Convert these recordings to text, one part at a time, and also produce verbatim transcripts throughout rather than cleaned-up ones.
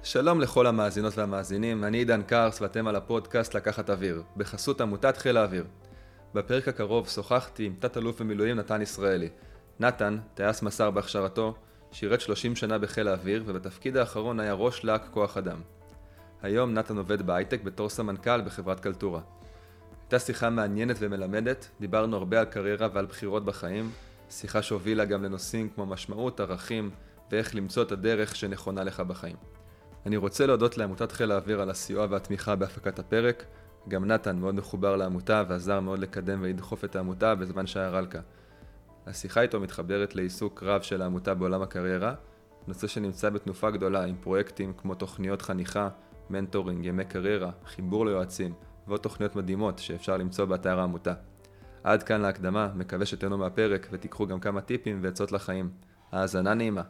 שלום לכל המאזינות והמאזינים, אני עידן קרס ואתם על הפודקאסט לקחת אוויר, בחסות עמותת חיל האוויר. בפרק הקרוב שוחחתי עם תת אלוף במילואים נתן ישראלי. נתן, טייס מסר בהכשרתו, שירת שלושים שנה בחיל האוויר ובתפקיד האחרון היה ראש להק כוח אדם. היום נתן עובד בהייטק בתור סמנכ"ל בחברת קלטורה. הייתה שיחה מעניינת ומלמדת, דיברנו הרבה על קריירה ועל בחירות בחיים, שיחה שהובילה גם לנושאים כמו משמעות, ערכים ואיך למצוא את הדרך שנכונה לך בחיים. אני רוצה להודות לעמותת חיל האוויר על הסיוע והתמיכה בהפקת הפרק. גם נתן מאוד מחובר לעמותה ועזר מאוד לקדם ולדחוף את העמותה בזמן שהיה רלקה. השיחה איתו מתחברת לעיסוק רב של העמותה בעולם הקריירה, נושא שנמצא בתנופה גדולה עם פרויקטים כמו תוכניות חניכה, מנטורינג, ימי קריירה, חיבור ליועצים ועוד תוכניות מדהימות שאפשר למצוא באתר העמותה. עד כאן להקדמה, מקווה שתהנו מהפרק ותיקחו גם כמה טיפים ועצות לחיים. האזנה נעימה.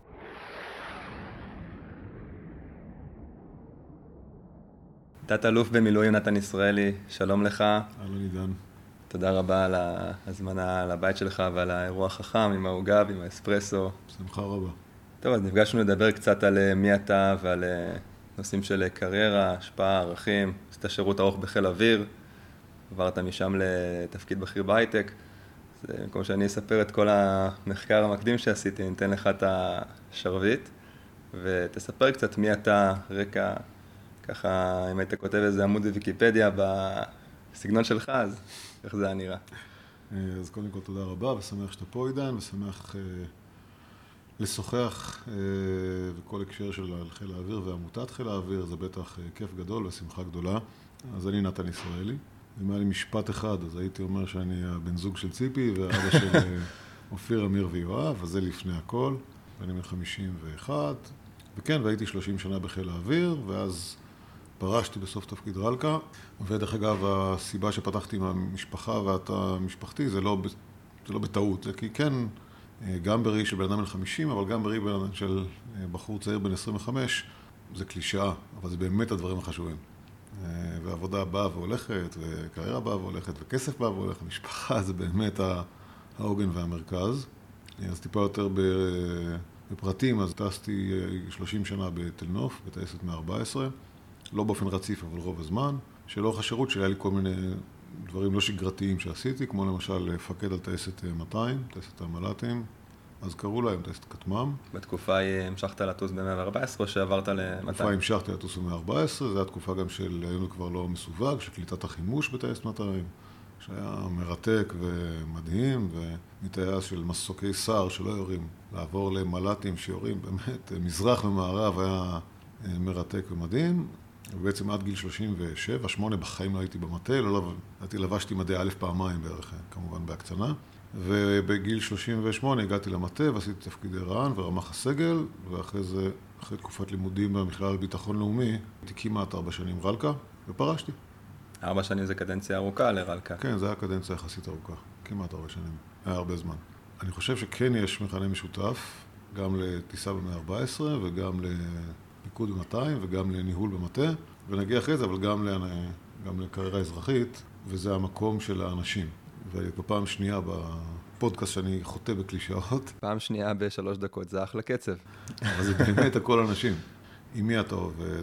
תת אלוף במילואים נתן ישראלי, שלום לך. אהלן עידן. תודה רבה על ההזמנה לבית שלך ועל האירוע החכם עם העוגה ועם האספרסו. שמחה רבה. טוב, אז נפגשנו לדבר קצת על מי אתה ועל נושאים של קריירה, השפעה, ערכים. עשית שירות ארוך בחיל אוויר, עברת משם לתפקיד בכיר בהייטק. אז במקום שאני אספר את כל המחקר המקדים שעשיתי, ניתן לך את השרביט, ותספר קצת מי אתה, רקע. ככה, אם היית כותב איזה עמוד בוויקיפדיה בסגנון שלך, אז איך זה היה נראה? אז קודם כל תודה רבה, ושמח שאתה פה עידן, ושמח אה, לשוחח אה, בכל הקשר של חיל האוויר ועמותת חיל האוויר, זה בטח אה, כיף גדול ושמחה גדולה. אז אני נתן ישראלי, אם היה לי משפט אחד, אז הייתי אומר שאני הבן זוג של ציפי, ואבא של אה, אופיר, אמיר ויואב, אז זה לפני הכל, ואני בן חמישים ואחת, וכן, והייתי שלושים שנה בחיל האוויר, ואז פרשתי בסוף תפקיד רלקה, ודרך אגב, הסיבה שפתחתי עם המשפחה והתא משפחתי, זה לא, זה לא בטעות, זה כי כן, גם בראי של בן אדם בן חמישים, אבל גם בראי של בחור צעיר בן עשרים וחמש, זה קלישאה, אבל זה באמת הדברים החשובים. ועבודה באה והולכת, וקריירה באה והולכת, וכסף באה והולכת, משפחה זה באמת העוגן והמרכז. אז טיפה יותר בפרטים, אז טסתי שלושים שנה בתל נוף, בטייסת מאה וארבע עשרה, לא באופן רציף, אבל רוב הזמן. שלאורך השירות שלי היה לי כל מיני דברים לא שגרתיים שעשיתי, כמו למשל לפקד על טייסת מאתיים, טייסת המל"טים, אז קראו להם טייסת כטמ"ם. בתקופה המשכת לטוס ב-מאה וארבע עשרה או שעברת ל-מאתיים? בתקופה המשכתי לטוס ב-מאה וארבע עשרה, זו הייתה תקופה גם של, היום כבר לא מסווג, של קליטת החימוש בטייסת מאתיים, שהיה מרתק ומדהים, ומטייס של מסוקי שר שלא יורים, לעבור למל"טים שיורים, באמת, מזרח ומערב היה מרתק ומדהים. ובעצם עד גיל שלושים ושבע, שמונה בחיים לא הייתי במטה, לא הייתי לבשתי מדי א' פעמיים בערך, כמובן בהקצנה. ובגיל שלושים ושמונה הגעתי למטה ועשיתי תפקידי רע"ן ורמ"ח הסגל, ואחרי זה, אחרי תקופת לימודים במכללה לביטחון לאומי, הייתי כמעט ארבע שנים רלקה, ופרשתי. ארבע שנים זה קדנציה ארוכה לרלקה. כן, זה היה קדנציה יחסית ארוכה, כמעט ארבע שנים, היה הרבה זמן. אני חושב שכן יש מכנה משותף, גם לטיסה ב-מאה וארבע עשרה וגם לפיקוד ב-מאתיים וגם לניהול במטה, ונגיע אחרי זה, אבל גם, גם לקריירה אזרחית, וזה המקום של האנשים. ובפעם שנייה בפודקאסט שאני חוטא בקלישאות. פעם שנייה בשלוש דקות, זה אחלה קצב. אבל זה באמת הכל אנשים. עם מי אתה עובד,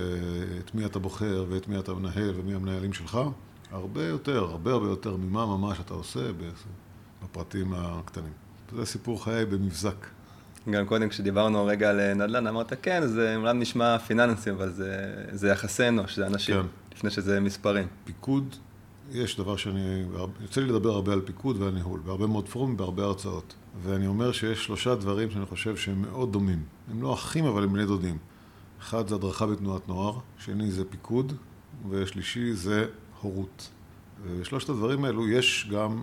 ואת מי אתה בוחר, ואת מי אתה מנהל, ומי המנהלים שלך. הרבה יותר, הרבה הרבה יותר ממה ממש אתה עושה בפרטים הקטנים. זה סיפור חיי במבזק. גם קודם כשדיברנו רגע על נדל"ן, אמרת כן, זה אולי נשמע פיננסי, אבל זה, זה יחסי אנוש, זה אנשים, כן. לפני שזה מספרים. פיקוד, יש דבר שאני, יוצא לי לדבר הרבה על פיקוד ועל ניהול, בהרבה מאוד פורומים, בהרבה הרצאות. ואני אומר שיש שלושה דברים שאני חושב שהם מאוד דומים. הם לא אחים, אבל הם בני דודים. אחד זה הדרכה בתנועת נוער, שני זה פיקוד, ושלישי זה הורות. ושלושת הדברים האלו יש גם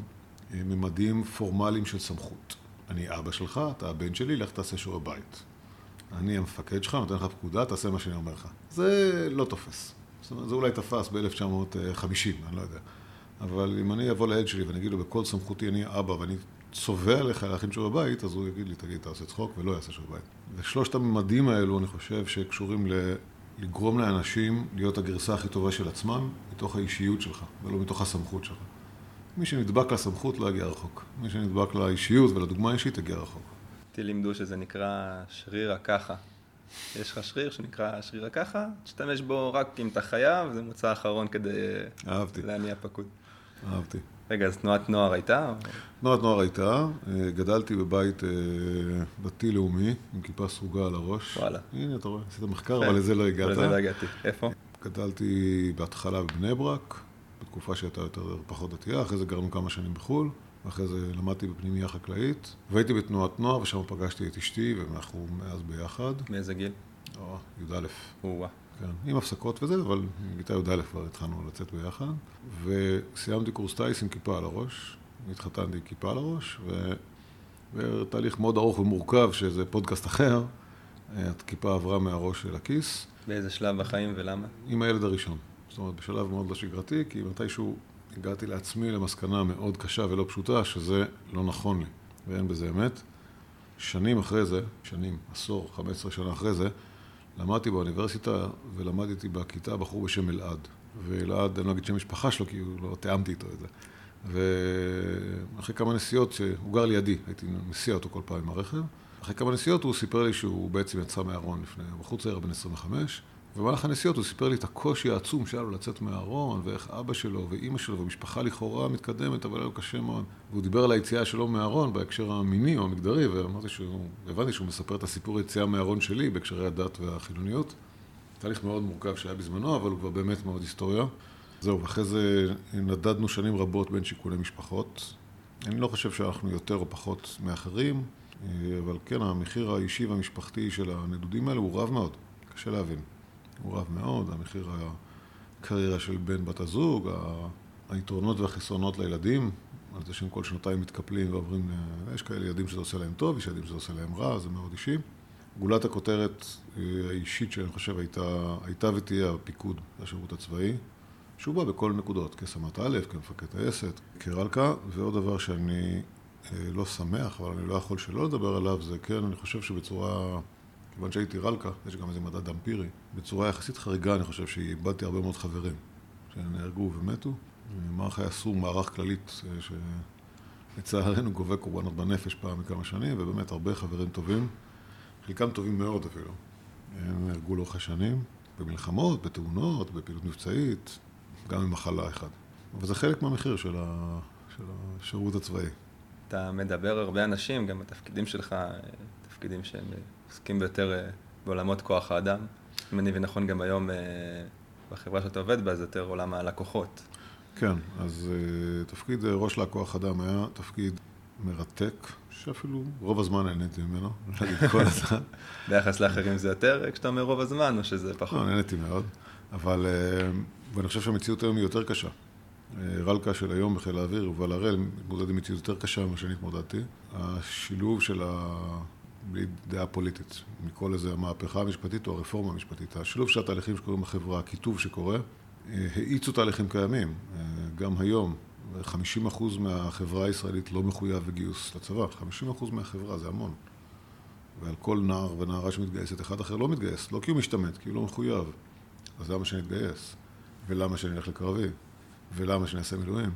ממדים פורמליים של סמכות. אני אבא שלך, אתה הבן שלי, לך תעשה שיעורי בית. אני המפקד שלך, נותן לך פקודה, תעשה מה שאני אומר לך. זה לא תופס. זאת אומרת, זה אולי תפס ב-אלף תשע מאות וחמישים, אני לא יודע. אבל אם אני אבוא לילד שלי ואני אגיד לו, בכל סמכותי אני אבא, ואני צובע לך להכין שיעורי בית, אז הוא יגיד לי, תגיד, תעשה צחוק ולא יעשה שיעורי בית. ושלושת הממדים האלו, אני חושב, שקשורים לגרום לאנשים להיות הגרסה הכי טובה של עצמם, מתוך האישיות שלך, ולא מתוך הסמכות שלך. מי שנדבק לסמכות לא יגיע רחוק. מי שנדבק לאישיות ולדוגמה האישית יגיע רחוק. אותי לימדו שזה נקרא שריר הככה. יש לך שריר שנקרא שריר הככה, תשתמש בו רק אם אתה חייב, זה מוצא אחרון כדי אהבתי. להניע פקוד. אהבתי. רגע, אז תנועת נוער הייתה? תנועת נוער הייתה, גדלתי בבית דתי-לאומי, עם כיפה סרוגה על הראש. וואלה. הנה, אתה רואה, עשית מחקר, אבל לזה לא הגעת. לזה לא הגעתי. איפה? גדלתי בהתחלה בבני ברק, בתקופה שהייתה יותר פחות דתייה, אחרי זה גרנו כמה שנים בחול, ואחרי זה למדתי בפנימייה חקלאית, והייתי בתנועת נוער, ושם פגשתי את אשתי, ואנחנו מאז ביחד. מאיזה גיל? או, י"א. וואה. כן, עם הפסקות וזה, אבל מגיטה י"א כבר התחלנו לצאת ביחד, וסיימתי קורס טייס עם כיפה על הראש, התחתנתי עם כיפה על הראש, ו... ותהליך מאוד ארוך ומורכב, שזה פודקאסט אחר, הכיפה עברה מהראש של הכיס. באיזה שלב בחיים ולמה? עם הילד הראשון. זאת אומרת, בשלב מאוד לא שגרתי, כי מתישהו הגעתי לעצמי למסקנה מאוד קשה ולא פשוטה, שזה לא נכון לי, ואין בזה אמת. שנים אחרי זה, שנים, עשור, חמש עשרה שנה אחרי זה, למדתי באוניברסיטה ולמדתי בכיתה בחור בשם אלעד. ואלעד, אני לא אגיד שם משפחה שלו, כי לא תיאמתי איתו את זה. ואחרי כמה נסיעות, שהוא גר לידי, הייתי מסיע אותו כל פעם עם הרכב. אחרי כמה נסיעות הוא סיפר לי שהוא בעצם יצא מהארון לפני, בחור צעיר בן עשרים וחמש, ובמהלך הנסיעות הוא סיפר לי את הקושי העצום שהיה לו לצאת מהארון, ואיך אבא שלו ואימא שלו ומשפחה לכאורה מתקדמת, אבל היה לו קשה מאוד. והוא דיבר על היציאה שלו מהארון בהקשר המיני או המגדרי, ואמרתי שהוא, הבנתי שהוא מספר את הסיפור היציאה מהארון שלי בהקשרי הדת והחילוניות. תהליך מאוד מורכב שהיה בזמנו, אבל הוא כבר באמת מאוד היסטוריה. זהו, ואחרי זה נדדנו שנים רבות בין שיקולי משפחות. אני לא חושב שאנחנו יותר או פחות מאחרים, אבל כן, המחיר האישי והמשפחתי של הנדודים האלה הוא רב מאוד, קשה להבין. הוא רב מאוד, המחיר הקריירה של בן בת הזוג, היתרונות והחסרונות לילדים, על זה שהם כל שנתיים מתקפלים ועוברים, יש כאלה ילדים שזה עושה להם טוב, יש ילדים שזה עושה להם רע, זה מאוד אישי. גולת הכותרת האישית שאני חושב הייתה, הייתה ותהיה הפיקוד לשירות הצבאי, שהוא בא בכל נקודות, כסמ"ט א', כמפקד טייסת, כרלקה, ועוד דבר שאני לא שמח, אבל אני לא יכול שלא לדבר עליו, זה כן, אני חושב שבצורה, כיוון שהייתי רלקה, יש גם איזה מדד אמפירי, בצורה יחסית חריגה אני חושב שאיבדתי הרבה מאוד חברים שנהרגו ומתו. מערך היה סור מערך כללית שלצערנו גובה קורבנות בנפש פעם מכמה שנים, ובאמת הרבה חברים טובים, חלקם טובים מאוד אפילו. הם נהרגו לאורך השנים, במלחמות, בתאונות, בפעילות מבצעית, גם ממחלה אחד. אבל זה חלק מהמחיר של, ה... של השירות הצבאי. אתה מדבר הרבה אנשים, גם התפקידים שלך, תפקידים שהם עוסקים ביותר בעולמות כוח האדם. אם אני ונכון גם היום בחברה שאתה עובד בה, זה יותר עולם הלקוחות. כן, אז תפקיד ראש לכוח אדם היה תפקיד מרתק, שאפילו רוב הזמן נהניתי ממנו, להגיד כל הזמן. ביחס לאחרים זה יותר כשאתה אומר רוב הזמן, או שזה פחות? לא, נהניתי מאוד, אבל ואני חושב שהמציאות היום היא יותר קשה. רלקה של היום בחיל האוויר, יובל הראל, מתמודד עם מציאות יותר קשה ממה שאני התמודדתי. השילוב של ה... בלי דעה פוליטית, מכל איזה המהפכה המשפטית או הרפורמה המשפטית, השילוב של התהליכים שקורים בחברה, הכיתוב שקורה, האיצו תהליכים קיימים. גם היום, חמישים אחוז מהחברה הישראלית לא מחויב בגיוס לצבא. חמישים אחוז מהחברה, זה המון. ועל כל נער ונערה שמתגייסת, אחד אחר לא מתגייס. לא כי הוא משתמט, כי הוא לא מחויב. אז למה שנתגייס? ולמה שנלך לקרבי? ולמה שנעשה מילואים?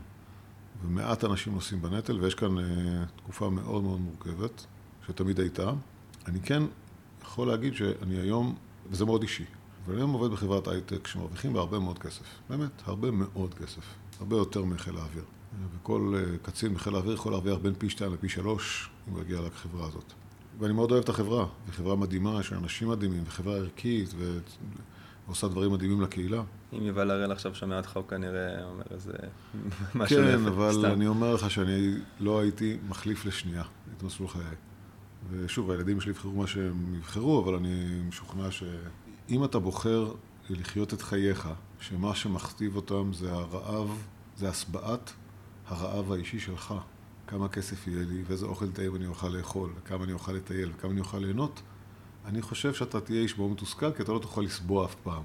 ומעט אנשים נושאים בנטל, ויש כאן uh, תקופה מאוד מאוד מורכבת, שתמיד הייתה. אני כן יכול להגיד שאני היום, וזה מאוד אישי, אבל היום עובד בחברת הייטק שמרוויחים בהרבה מאוד כסף. באמת, הרבה מאוד כסף. הרבה יותר מחיל האוויר. וכל uh, קצין בחיל האוויר יכול להרוויח בין פי שתיים לפי שלוש, אם הוא יגיע לחברה הזאת. ואני מאוד אוהב את החברה, וחברה מדהימה, של אנשים מדהימים, וחברה ערכית, ו... ועושה דברים מדהימים לקהילה. אם יובל הראל עכשיו שומע אותך, הוא כנראה אומר איזה משהו נפט. כן, אבל אני אומר לך שאני לא הייתי מחליף לשנייה את מסלול חיי. ושוב, הילדים שלי יבחרו מה שהם יבחרו, אבל אני משוכנע שאם אתה בוחר לחיות את חייך, שמה שמכתיב אותם זה הרעב, זה הסבעת הרעב האישי שלך. כמה כסף יהיה לי, ואיזה אוכל טעים אני אוכל לאכול, וכמה אני אוכל לטייל, וכמה אני אוכל ליהנות. אני חושב שאתה תהיה איש מאוד מתוסכל, כי אתה לא תוכל לסבוע אף פעם.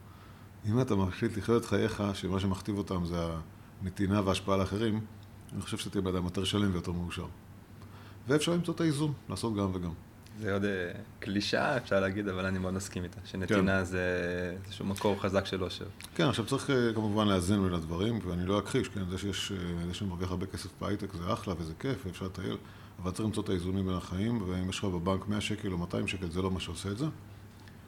אם אתה מחליט לחיות את חייך, שמה שמכתיב אותם זה הנתינה וההשפעה לאחרים, אני חושב שאתה תהיה באדם יותר שלם ויותר מאושר. ואפשר למצוא את האיזון, לעשות גם וגם. זה עוד קלישה, אפשר להגיד, אבל אני מאוד מסכים איתה, שנתינה כן. זה איזשהו מקור חזק של אושר. כן, עכשיו צריך כמובן לאזן בין הדברים, ואני לא אכחיש, כן, זה שיש, זה שמרוויח הרבה כסף בהייטק זה אחלה וזה כיף, ואפשר לטייל, אבל צריך למצוא את האיזונים בין החיים, ואם יש לך בבנק מאה שקל או מאתיים שקל, זה לא מה שעושה את זה.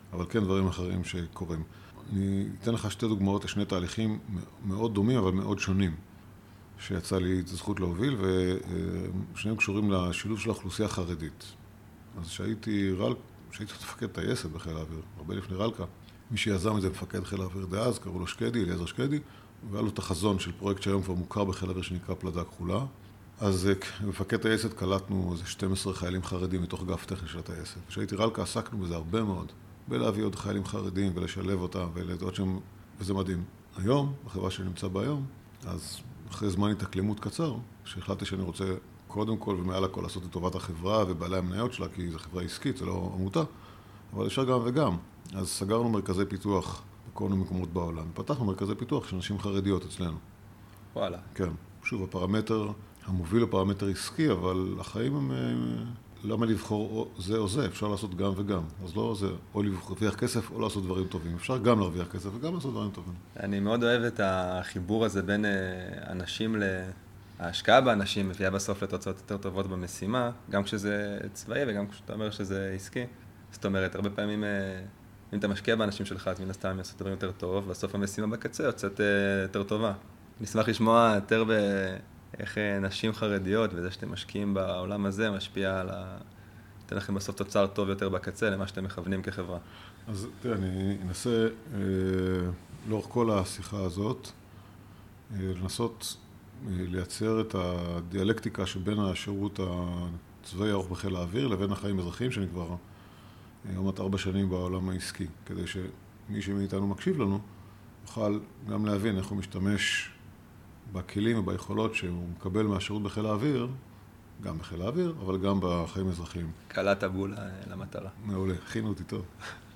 אבל כן דברים אחרים שקורים. אני אתן לך שתי דוגמאות לשני תהליכים מאוד דומים, אבל מאוד שונים, שיצא לי את הזכות להוביל, ושניהם קשורים לשילוב של האוכלוסייה החרדית. אז שהייתי רל... שהייתי מפקד טייסת בחיל האוויר, הרבה לפני רלקה, מי שיזם את זה מפקד חיל האוויר דאז, קראו לו שקדי, אליעזר שקדי, והיה לו את החזון של פרויקט שהיום כבר מוכר בחיל האוויר שנקרא פלדה כחולה. אז מפקד טייסת קלטנו איזה שנים עשר חיילים חרדים מתוך אגף טכני של הטייסת. כשהייתי רלקה עסקנו בזה הרבה מאוד, בלהביא עוד חיילים חרדים ולשלב אותם ולדעות שהם, וזה מדהים. היום, בחברה שנמצא בה היום, אז אחרי זמן התאקלמות קצר, שהחלטתי שאני רוצה קודם כל ומעל הכל לעשות את טובת החברה ובעלי המניות שלה, כי זו חברה עסקית, זה לא עמותה, אבל אפשר גם וגם. אז סגרנו מרכזי פיתוח בכל מיני מקומות בעולם. פתחנו מרכזי פיתוח של נשים חרדיות אצלנו. וואלה. כן. שוב, הפרמטר, המוביל הוא פרמטר עסקי, אבל החיים הם... למה לבחור זה או זה? אפשר לעשות גם וגם. אז לא זה או להרוויח כסף או לעשות דברים טובים. אפשר גם להרוויח כסף וגם לעשות דברים טובים. אני מאוד אוהב את החיבור הזה בין אנשים ל... ההשקעה באנשים מביאה בסוף לתוצאות יותר טובות במשימה, גם כשזה צבאי וגם כשאתה אומר שזה עסקי. זאת אומרת, הרבה פעמים, אם אתה משקיע באנשים שלך, אז מן הסתם הם יעשו דברים יותר טוב, בסוף המשימה בקצה יוצאת יותר טובה. נשמח לשמוע יותר באיך נשים חרדיות וזה שאתם משקיעים בעולם הזה משפיע על ה... נותן לכם בסוף תוצר טוב יותר בקצה למה שאתם מכוונים כחברה. אז תראה, אני אנסה לאורך כל השיחה הזאת לנסות לייצר את הדיאלקטיקה שבין השירות הצבאי הארוך בחיל האוויר לבין החיים האזרחיים, שאני כבר עומת ארבע שנים בעולם העסקי, כדי שמי שמאיתנו מקשיב לנו יוכל גם להבין איך הוא משתמש בכלים וביכולות שהוא מקבל מהשירות בחיל האוויר, גם בחיל האוויר, אבל גם בחיים האזרחיים. קלעת בול למטרה. מעולה, הכינו אותי טוב.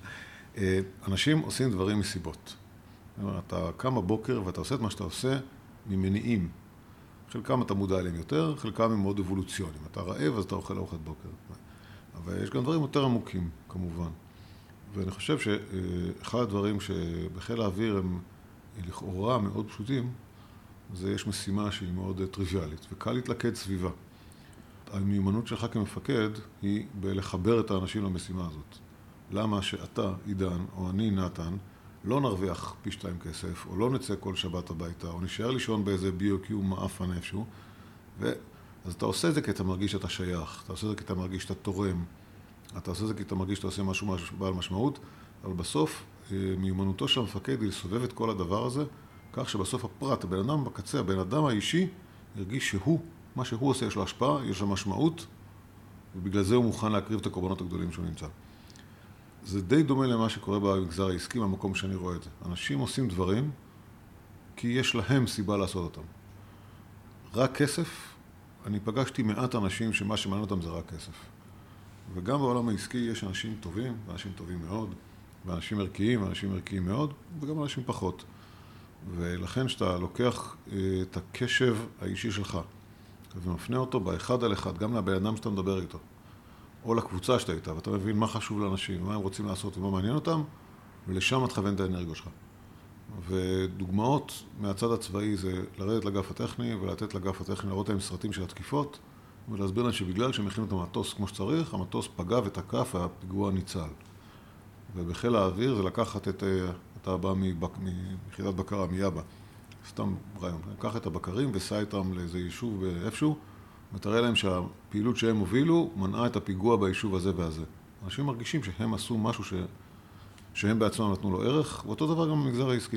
אנשים עושים דברים מסיבות. אתה קם בבוקר ואתה עושה את מה שאתה עושה ממניעים. חלקם אתה מודע אליהם יותר, חלקם הם מאוד אבולוציוניים. אתה רעב, אז אתה אוכל ארוחת בוקר. אבל יש גם דברים יותר עמוקים, כמובן. ואני חושב שאחד הדברים שבחיל האוויר הם לכאורה מאוד פשוטים, זה יש משימה שהיא מאוד טריוויאלית, וקל להתלכד סביבה. המיומנות שלך כמפקד היא בלחבר את האנשים למשימה הזאת. למה שאתה, עידן, או אני, נתן, לא נרוויח פי שתיים כסף, או לא נצא כל שבת הביתה, או נשאר לישון באיזה ביו-קיו מאפן איפשהו, ו... אז אתה עושה את זה כי אתה מרגיש שאתה שייך, אתה עושה את זה כי אתה מרגיש שאתה תורם, אתה עושה את זה כי אתה מרגיש שאתה עושה משהו בעל משמעות, אבל בסוף מיומנותו של המפקד היא לסובב את כל הדבר הזה, כך שבסוף הפרט, הבן אדם בקצה, הבן אדם האישי, ירגיש שהוא, מה שהוא עושה יש לו השפעה, יש לו משמעות, ובגלל זה הוא מוכן להקריב את הקורבנות הגדולים שהוא נמצא. זה די דומה למה שקורה במגזר העסקי, במקום שאני רואה את זה. אנשים עושים דברים כי יש להם סיבה לעשות אותם. רק כסף, אני פגשתי מעט אנשים שמה שמעניין אותם זה רק כסף. וגם בעולם העסקי יש אנשים טובים, ואנשים טובים מאוד, ואנשים ערכיים, ואנשים ערכיים מאוד, וגם אנשים פחות. ולכן שאתה לוקח את הקשב האישי שלך, ומפנה אותו באחד על אחד, גם לבן אדם שאתה מדבר איתו, או לקבוצה שאתה איתה, ואתה מבין מה חשוב לאנשים, מה הם רוצים לעשות ומה מעניין אותם, ולשם תכוון את האנרגיה שלך. ודוגמאות מהצד הצבאי זה לרדת לגף הטכני ולתת לגף הטכני לראות להם סרטים של התקיפות ולהסביר להם שבגלל שהם הכינו את המטוס כמו שצריך, המטוס פגע ותקף והפיגוע ניצל. ובחיל האוויר זה לקחת את, אתה בא מיחידת בקרה, מיאבה, סתם רעיון, לקח את הבקרים וסע איתם לאיזה יישוב איפשהו, ותראה להם שהפעילות שהם הובילו מנעה את הפיגוע ביישוב הזה והזה. אנשים מרגישים שהם עשו משהו ש... שהם בעצמם נתנו לו ערך, ואותו דבר גם במגזר העסקי.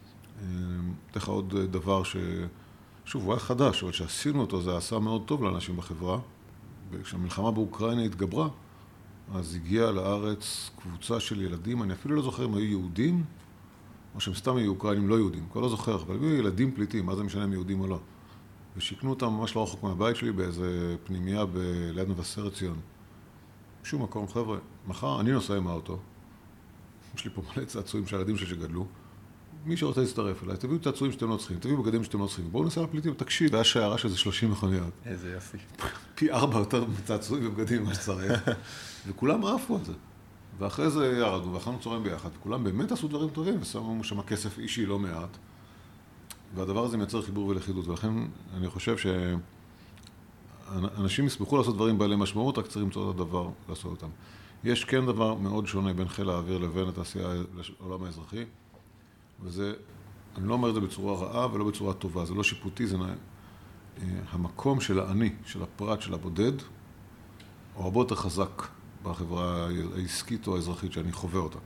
אתן לך עוד דבר ש... שוב, הוא היה חדש, אבל שעשינו אותו, זה עשה מאוד טוב לאנשים בחברה. וכשהמלחמה באוקראינה התגברה, אז הגיעה לארץ קבוצה של ילדים, אני אפילו לא זוכר אם היו יהודים, או שהם סתם היו אוקראינים לא יהודים, כבר לא זוכר, אבל היו ילדים פליטים, מה זה משנה אם יהודים או לא. ושיקנו אותם ממש לא רחוק מהבית שלי, באיזה פנימייה ב... ליד מבשרת ציון. שום מקום, חבר'ה, מחר אני נוסע עם האוטו, יש לי פה מלא צעצועים של הילדים שלי שגדלו. מי שרוצה להצטרף אליי, תביאו צעצועים שאתם לא צריכים, תביאו בגדים שאתם לא צריכים. בואו ננסה לפליטים, תקשיב, היה שיירה שזה שלושים מכוניות. איזה יופי. פי ארבע יותר צעצועים ובגדים מה שצריך. וכולם עפו על זה. ואחרי זה ירדנו, ואכלנו צהריים ביחד. וכולם באמת עשו דברים טובים, ושמו שם כסף אישי לא מעט. והדבר הזה מייצר חיבור ולכידות. ולכן אני חושב שאנשים יסמכו לעשות דברים בעלי משמעות, רק צריכים למצוא את הדבר לעשות אותם. יש כן דבר מאוד שונה בין חיל האוויר לבין התעשייה לעולם האזרחי, וזה, אני לא אומר את זה בצורה רעה ולא בצורה טובה, זה לא שיפוטי, זה המקום של האני, של הפרט, של הבודד, הוא הרבה יותר חזק בחברה העסקית או האזרחית שאני חווה אותה.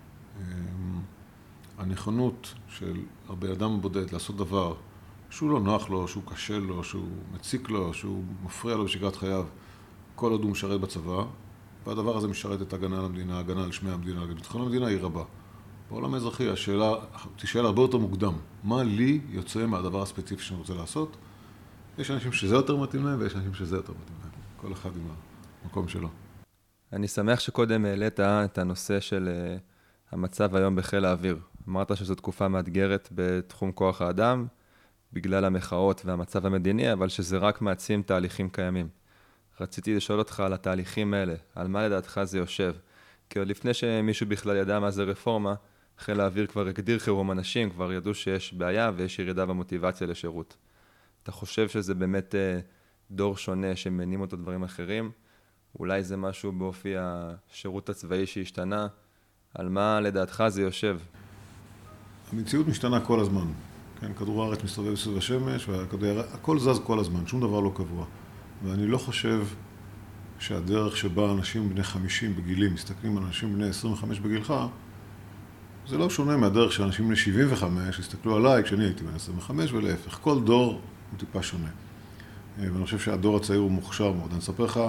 הנכונות של הרבה אדם בודד לעשות דבר שהוא לא נוח לו, שהוא קשה לו, שהוא מציק לו, שהוא מפריע לו בשגרת חייו, כל עוד הוא משרת בצבא, והדבר הזה משרת את הגנה על המדינה, הגנה על שמי המדינה, ביטחון המדינה היא רבה. בעולם האזרחי השאלה תשאל הרבה יותר מוקדם, מה לי יוצא מהדבר הספציפי שאני רוצה לעשות? יש אנשים שזה יותר מתאים להם ויש אנשים שזה יותר מתאים להם. כל אחד עם המקום שלו. אני שמח שקודם העלית את הנושא של המצב היום בחיל האוויר. אמרת שזו תקופה מאתגרת בתחום כוח האדם, בגלל המחאות והמצב המדיני, אבל שזה רק מעצים תהליכים קיימים. רציתי לשאול אותך על התהליכים האלה, על מה לדעתך זה יושב. כי עוד לפני שמישהו בכלל ידע מה זה רפורמה, חיל האוויר כבר הגדיר חירום אנשים, כבר ידעו שיש בעיה ויש ירידה במוטיבציה לשירות. אתה חושב שזה באמת דור שונה שמניעים אותו דברים אחרים? אולי זה משהו באופי השירות הצבאי שהשתנה? על מה לדעתך זה יושב? המציאות משתנה כל הזמן. כן, כדור הארץ מסתובב סביב השמש, והכל זז כל הזמן, שום דבר לא קבוע. ואני לא חושב שהדרך שבה אנשים בני חמישים בגילים מסתכלים על אנשים בני עשרים וחמש בגילך, זה לא שונה מהדרך שאנשים בני שבעים וחמש הסתכלו עליי כשאני הייתי בן עשרים וחמש ולהפך. כל דור הוא טיפה שונה. ואני חושב שהדור הצעיר הוא מוכשר מאוד. אני אספר לך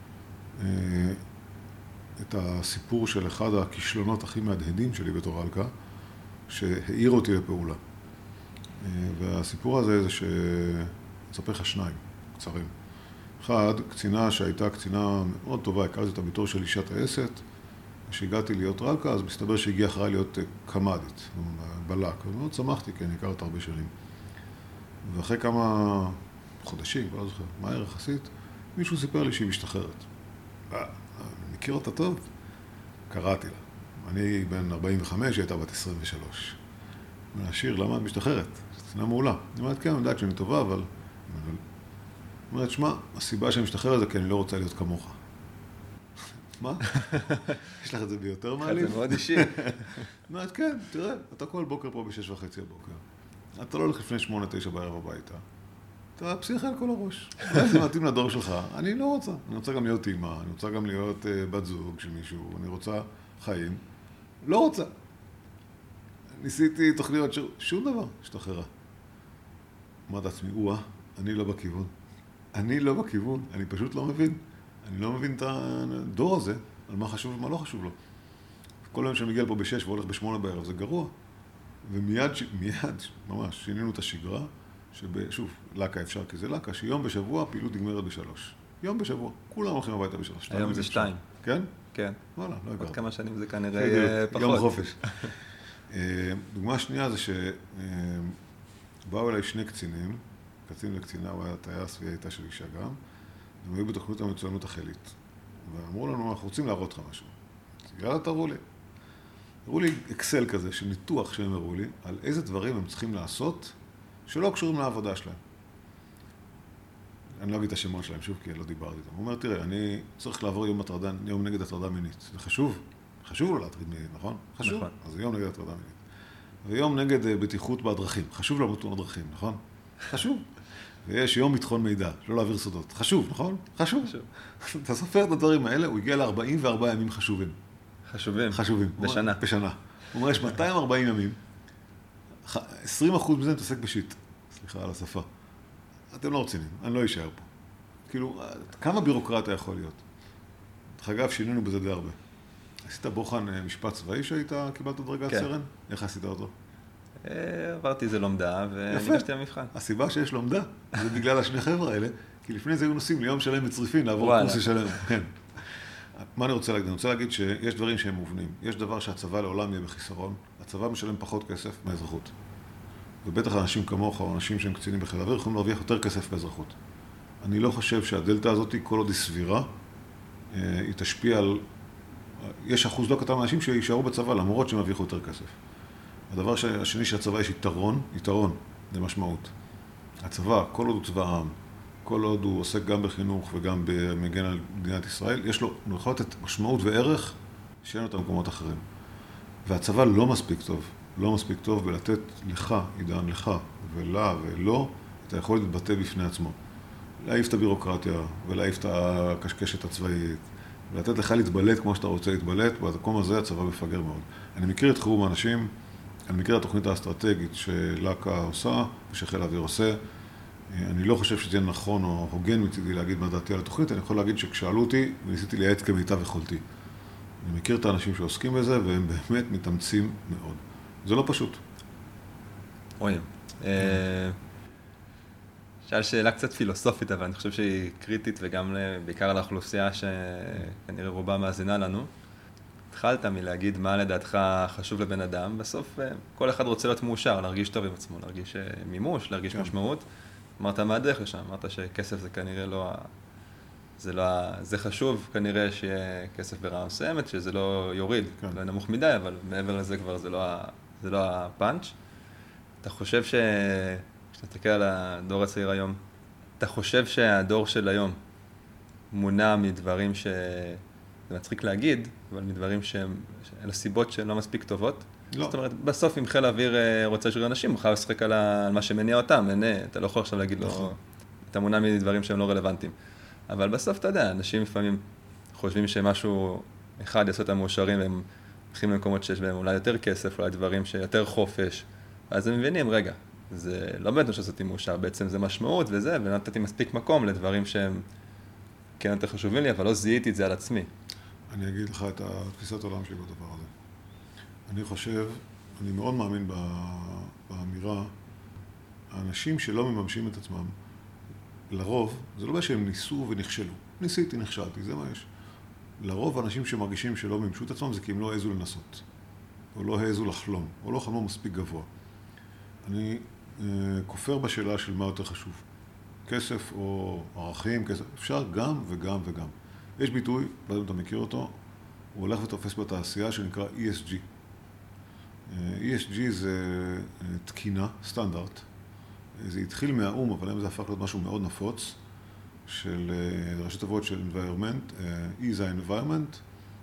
את הסיפור של אחד הכישלונות הכי מהדהדים שלי בתור אלכה, שהעיר אותי לפעולה. והסיפור הזה זה ש... אני אספר לך שניים, קצרים. אחד, קצינה שהייתה קצינה מאוד טובה, הכרתי אותה בתור של אישת טייסת, כשהגעתי להיות רלקה, אז מסתבר שהגיעה אחריי להיות קמ"דית, בלק, ומאוד שמחתי, כי אני הכר אותה הרבה שנים. ואחרי כמה חודשים, כבר לא זוכר, מהר יחסית, מישהו סיפר לי שהיא משתחררת. אני מכיר אותה טוב? קראתי לה. אני בן ארבעים וחמש, היא הייתה בת עשרים ושלוש. מהשיר, למה את משתחררת? קצינה מעולה. אני אומרת, כן, אני יודעת שאני טובה, אבל... אני אומרת, שמע, הסיבה שאני משתחררת זה כי אני לא רוצה להיות כמוך. מה? יש לך את זה ביותר מעליב? זה מאוד אישי. אומרת, כן, תראה, אתה כל בוקר פה בשש וחצי הבוקר. אתה לא הולך לפני שמונה, תשע בערב הביתה. אתה פסיכי על כל הראש. זה מתאים לדור שלך. אני לא רוצה. אני רוצה גם להיות אימא, אני רוצה גם להיות בת זוג של מישהו, אני רוצה חיים. לא רוצה. ניסיתי תוכניות ש... שום דבר השתחררה. אמרת עצמי, וואה, אני לא בכיוון. אני לא בכיוון, אני פשוט לא מבין. אני לא מבין את הדור הזה, על מה חשוב ומה לא חשוב לו. כל היום שאני מגיע לפה בשש והולך בשמונה בערב, זה גרוע. ומיד, מיד, ממש, שינינו את השגרה, ששוב, לקה אפשר כי זה לקה, שיום בשבוע הפעילות נגמרת בשלוש. יום בשבוע, כולם הולכים הביתה בשלוש. היום זה שתיים. כן? כן. וואלה, לא הכרתי. עוד כמה שנים זה כנראה פחות. יום חופש. דוגמה שנייה זה שבאו אליי שני קצינים, קצין לקצינה, הוא היה טייס והיא הייתה של אישה גם, הם היו בתוכנית המצוינות החילית. ואמרו לנו, אנחנו רוצים להראות לך משהו. יאללה, תראו לי. הראו לי אקסל כזה, של ניתוח שהם הראו לי, על איזה דברים הם צריכים לעשות שלא קשורים לעבודה שלהם. אני לא אגיד את השמות שלהם שוב, כי לא דיברתי איתם. הוא אומר, תראה, אני צריך לעבור יום הטרדה, יום נגד הטרדה מינית. זה חשוב. חשוב לו להטריד מינית, נכון? חשוב. נכון. אז זה יום נגד הטרדה מינית. ויום נגד בטיחות בדרכים. חשוב לו בתאונות דרכים, נכון? חשוב. ויש יום ביטחון מידע, לא להעביר סודות. חשוב, נכון? חשוב. חשוב. אתה סופר את הדברים האלה, הוא הגיע ל-ארבעים וארבעה ימים חשובים. חשובים? חשובים. בשנה. בשנה. הוא אומר, יש מאתיים וארבעים ימים, עשרים אחוז מזה מתעסק בשיט. סליחה על השפה. אתם לא רציניים, אני לא אשאר פה. כאילו, כמה בירוקרטיה יכול להיות? דרך אגב, שינינו בזה די הרבה. עשית בוחן משפט צבאי שהיית, קיבלת דרגת כן. סרן? איך עשית אותו? עברתי איזה לומדה וניגשתי למבחן. הסיבה שיש לומדה זה בגלל השני חבר'ה האלה, כי לפני זה היו נוסעים ליום שלם מצריפין לעבור קורס שלם. כן. מה אני רוצה להגיד? אני רוצה להגיד שיש דברים שהם מובנים. יש דבר שהצבא לעולם יהיה בחיסרון. הצבא משלם פחות כסף מהאזרחות. ובטח אנשים כמוך או אנשים שהם קצינים בחיל האוויר יכולים להרוויח יותר כסף באזרחות. אני לא חושב שהדלתא הזאת, כל עוד היא סבירה, היא תשפיע על... יש אחוז לא קטן מהאנשים שישארו בצבא למרות שהם ירוויחו יותר כסף. הדבר השני שהצבא יש יתרון, יתרון, זה משמעות. הצבא, כל עוד הוא צבא העם, כל עוד הוא עוסק גם בחינוך וגם במגן על מדינת ישראל, יש לו יכול לתת משמעות וערך שאין אותם במקומות אחרים. והצבא לא מספיק טוב, לא מספיק טוב בלתת לך, עידן, לך ולה ולא, את היכולת להתבטא בפני עצמו. להעיף את הבירוקרטיה ולהעיף את הקשקשת הצבאית, ולתת לך להתבלט כמו שאתה רוצה להתבלט, במקום הזה הצבא מפגר מאוד. אני מכיר את חירום האנשים, אני מכיר את התוכנית האסטרטגית שלקה עושה ושחיל האוויר עושה. אני לא חושב שזה נכון או הוגן מצידי להגיד מה דעתי על התוכנית, אני יכול להגיד שכשאלו אותי וניסיתי לייעץ כמיטב יכולתי. אני מכיר את האנשים שעוסקים בזה והם באמת מתאמצים מאוד. זה לא פשוט. רואים. שאל שאלה קצת פילוסופית, אבל אני חושב שהיא קריטית וגם בעיקר לאוכלוסייה שכנראה רובה מאזינה לנו. התחלת מלהגיד מה לדעתך חשוב לבן אדם, בסוף כל אחד רוצה להיות מאושר, להרגיש טוב עם עצמו, להרגיש מימוש, להרגיש כן. משמעות. אמרת מה הדרך לשם, אמרת שכסף זה כנראה לא, זה לא, זה חשוב כנראה שיהיה כסף ברמה מסוימת, שזה לא יוריד, כן. לא נמוך מדי, אבל מעבר לזה כבר זה לא, זה לא הפאנץ'. אתה חושב ש... כשאתה תסתכל על הדור הצעיר היום, אתה חושב שהדור של היום מונע מדברים ש... זה מצחיק להגיד, אבל מדברים שהם... אלה סיבות שהן לא מספיק טובות. לא. זאת אומרת, בסוף אם חיל האוויר רוצה לשגר אנשים, הוא חייב לשחק על, ה... על מה שמניע אותם, אין, אתה לא יכול עכשיו להגיד לו, לא... אתה מונע מדברים שהם לא רלוונטיים. אבל בסוף אתה יודע, אנשים לפעמים חושבים שמשהו אחד יעשו אותם מאושרים, והם הולכים למקומות שיש בהם אולי יותר כסף, אולי דברים שיותר חופש, אז הם מבינים, רגע, זה לא באמת שעשיתי מאושר, בעצם זה משמעות וזה, ונתתי מספיק מקום לדברים שהם כן יותר חשובים לי, אבל לא זיהיתי את זה על עצמי. אני אגיד לך את התפיסת העולם שלי בדבר הזה. אני חושב, אני מאוד מאמין באמירה, האנשים שלא מממשים את עצמם, לרוב, זה לא בעיה שהם ניסו ונכשלו. ניסיתי, נכשלתי, זה מה יש. לרוב האנשים שמרגישים שלא ממשו את עצמם, זה כי הם לא העזו לנסות, או לא העזו לחלום, או לא חלמו מספיק גבוה. אני אה, כופר בשאלה של מה יותר חשוב. כסף או ערכים, כסף, אפשר גם וגם וגם. יש ביטוי, לא יודע אם אתה מכיר אותו, הוא הולך ותופס בתעשייה שנקרא E S G. E S G זה תקינה, סטנדרט. זה התחיל מהאום, אבל היום זה הפך להיות משהו מאוד נפוץ, של ראשי תיבות של environment, E זה ה-environment,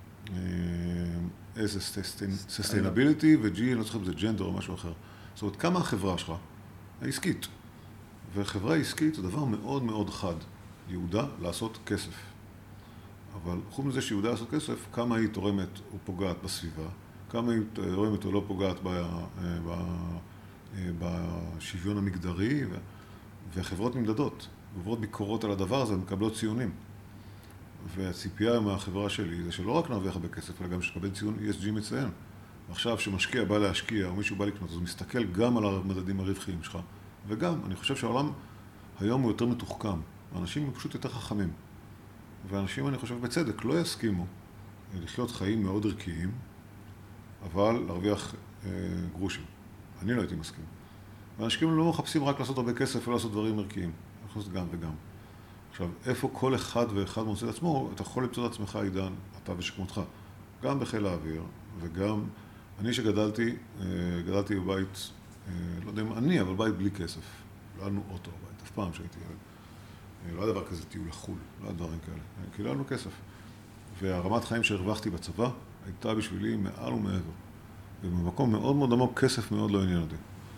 S זה sustainability, ו-G, אני לא זוכר אם זה gender או משהו אחר. זאת אומרת, כמה החברה שלך? העסקית. וחברה עסקית זה דבר מאוד מאוד חד. יהודה לעשות כסף. אבל חוץ מזה שיהודה לעשות כסף, כמה היא תורמת או פוגעת בסביבה, כמה היא תורמת או לא פוגעת ב, ב, בשוויון המגדרי, וחברות נמדדות, עוברות ביקורות על הדבר הזה ומקבלות ציונים. והציפייה מהחברה שלי זה שלא רק נרוויח הרבה כסף, אלא גם שקבל ציון E S G מציין. עכשיו שמשקיע בא להשקיע או מישהו בא לקנות, אז הוא מסתכל גם על המדדים הרווחיים שלך, וגם, אני חושב שהעולם היום הוא יותר מתוחכם. האנשים הם פשוט יותר חכמים. ואנשים, אני חושב, בצדק, לא יסכימו לחיות חיים מאוד ערכיים, אבל להרוויח אה, גרושים. אני לא הייתי מסכים. ואנשים לא מחפשים רק לעשות הרבה כסף ולעשות דברים ערכיים. אנחנו עושים גם וגם. עכשיו, איפה כל אחד ואחד מוצא את עצמו, אתה יכול למצוא את עצמך, עידן, אתה ושכמותך. גם בחיל האוויר, וגם אני שגדלתי, אה, גדלתי בבית, אה, לא יודע אם אני, אבל בית בלי כסף. לא היה לנו אוטו בבית, אף פעם שהייתי ילד. לא היה דבר כזה טיול לחול, לא היה דברים כאלה, כי לא היה לנו כסף. והרמת חיים שהרווחתי בצבא הייתה בשבילי מעל ומעבר. ובמקום מאוד מאוד עמוק כסף מאוד לא עניין אותי.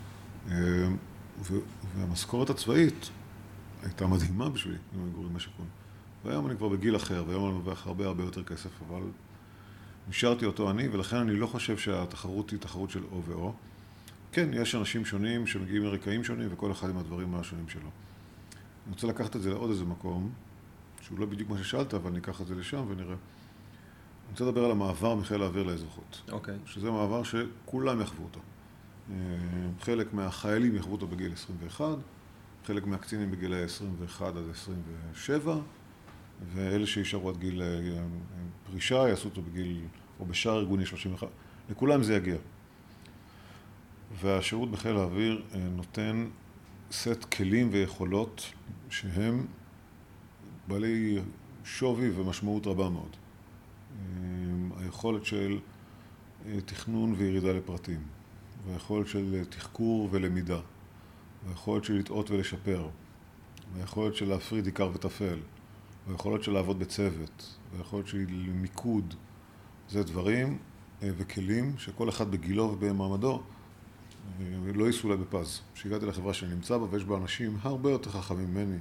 והמשכורת הצבאית הייתה מדהימה בשבילי, עם המגורים בשיכון. והיום אני כבר בגיל אחר, והיום אני מרוויח הרבה הרבה יותר כסף, אבל נשארתי אותו אני, ולכן אני לא חושב שהתחרות היא תחרות של או ואו. כן, יש אנשים שונים שמגיעים מרקעים שונים, וכל אחד עם הדברים השונים שלו. אני רוצה לקחת את זה לעוד איזה מקום, שהוא לא בדיוק מה ששאלת, אבל ניקח את זה לשם ונראה. אני רוצה לדבר על המעבר מחיל האוויר לאזרחות. אוקיי. שזה מעבר שכולם יחוו אותו. חלק מהחיילים יחוו אותו בגיל עשרים ואחת, חלק מהקצינים בגיל עשרים ואחת עד עשרים ושבע, ואלה שישארו עד גיל פרישה יעשו אותו בגיל, או בשאר ארגוני שלושים ואחת. לכולם זה יגיע. והשירות בחיל האוויר נותן סט כלים ויכולות שהם בעלי שווי ומשמעות רבה מאוד. היכולת של תכנון וירידה לפרטים, והיכולת של תחקור ולמידה, והיכולת של לטעות ולשפר, והיכולת של להפריד עיקר וטפל, והיכולת של לעבוד בצוות, והיכולת של מיקוד, זה דברים וכלים שכל אחד בגילו ובמעמדו לא ייסעו לה בפז. כשהגעתי לחברה שאני נמצא בה, ויש בה אנשים הרבה יותר חכמים ממני,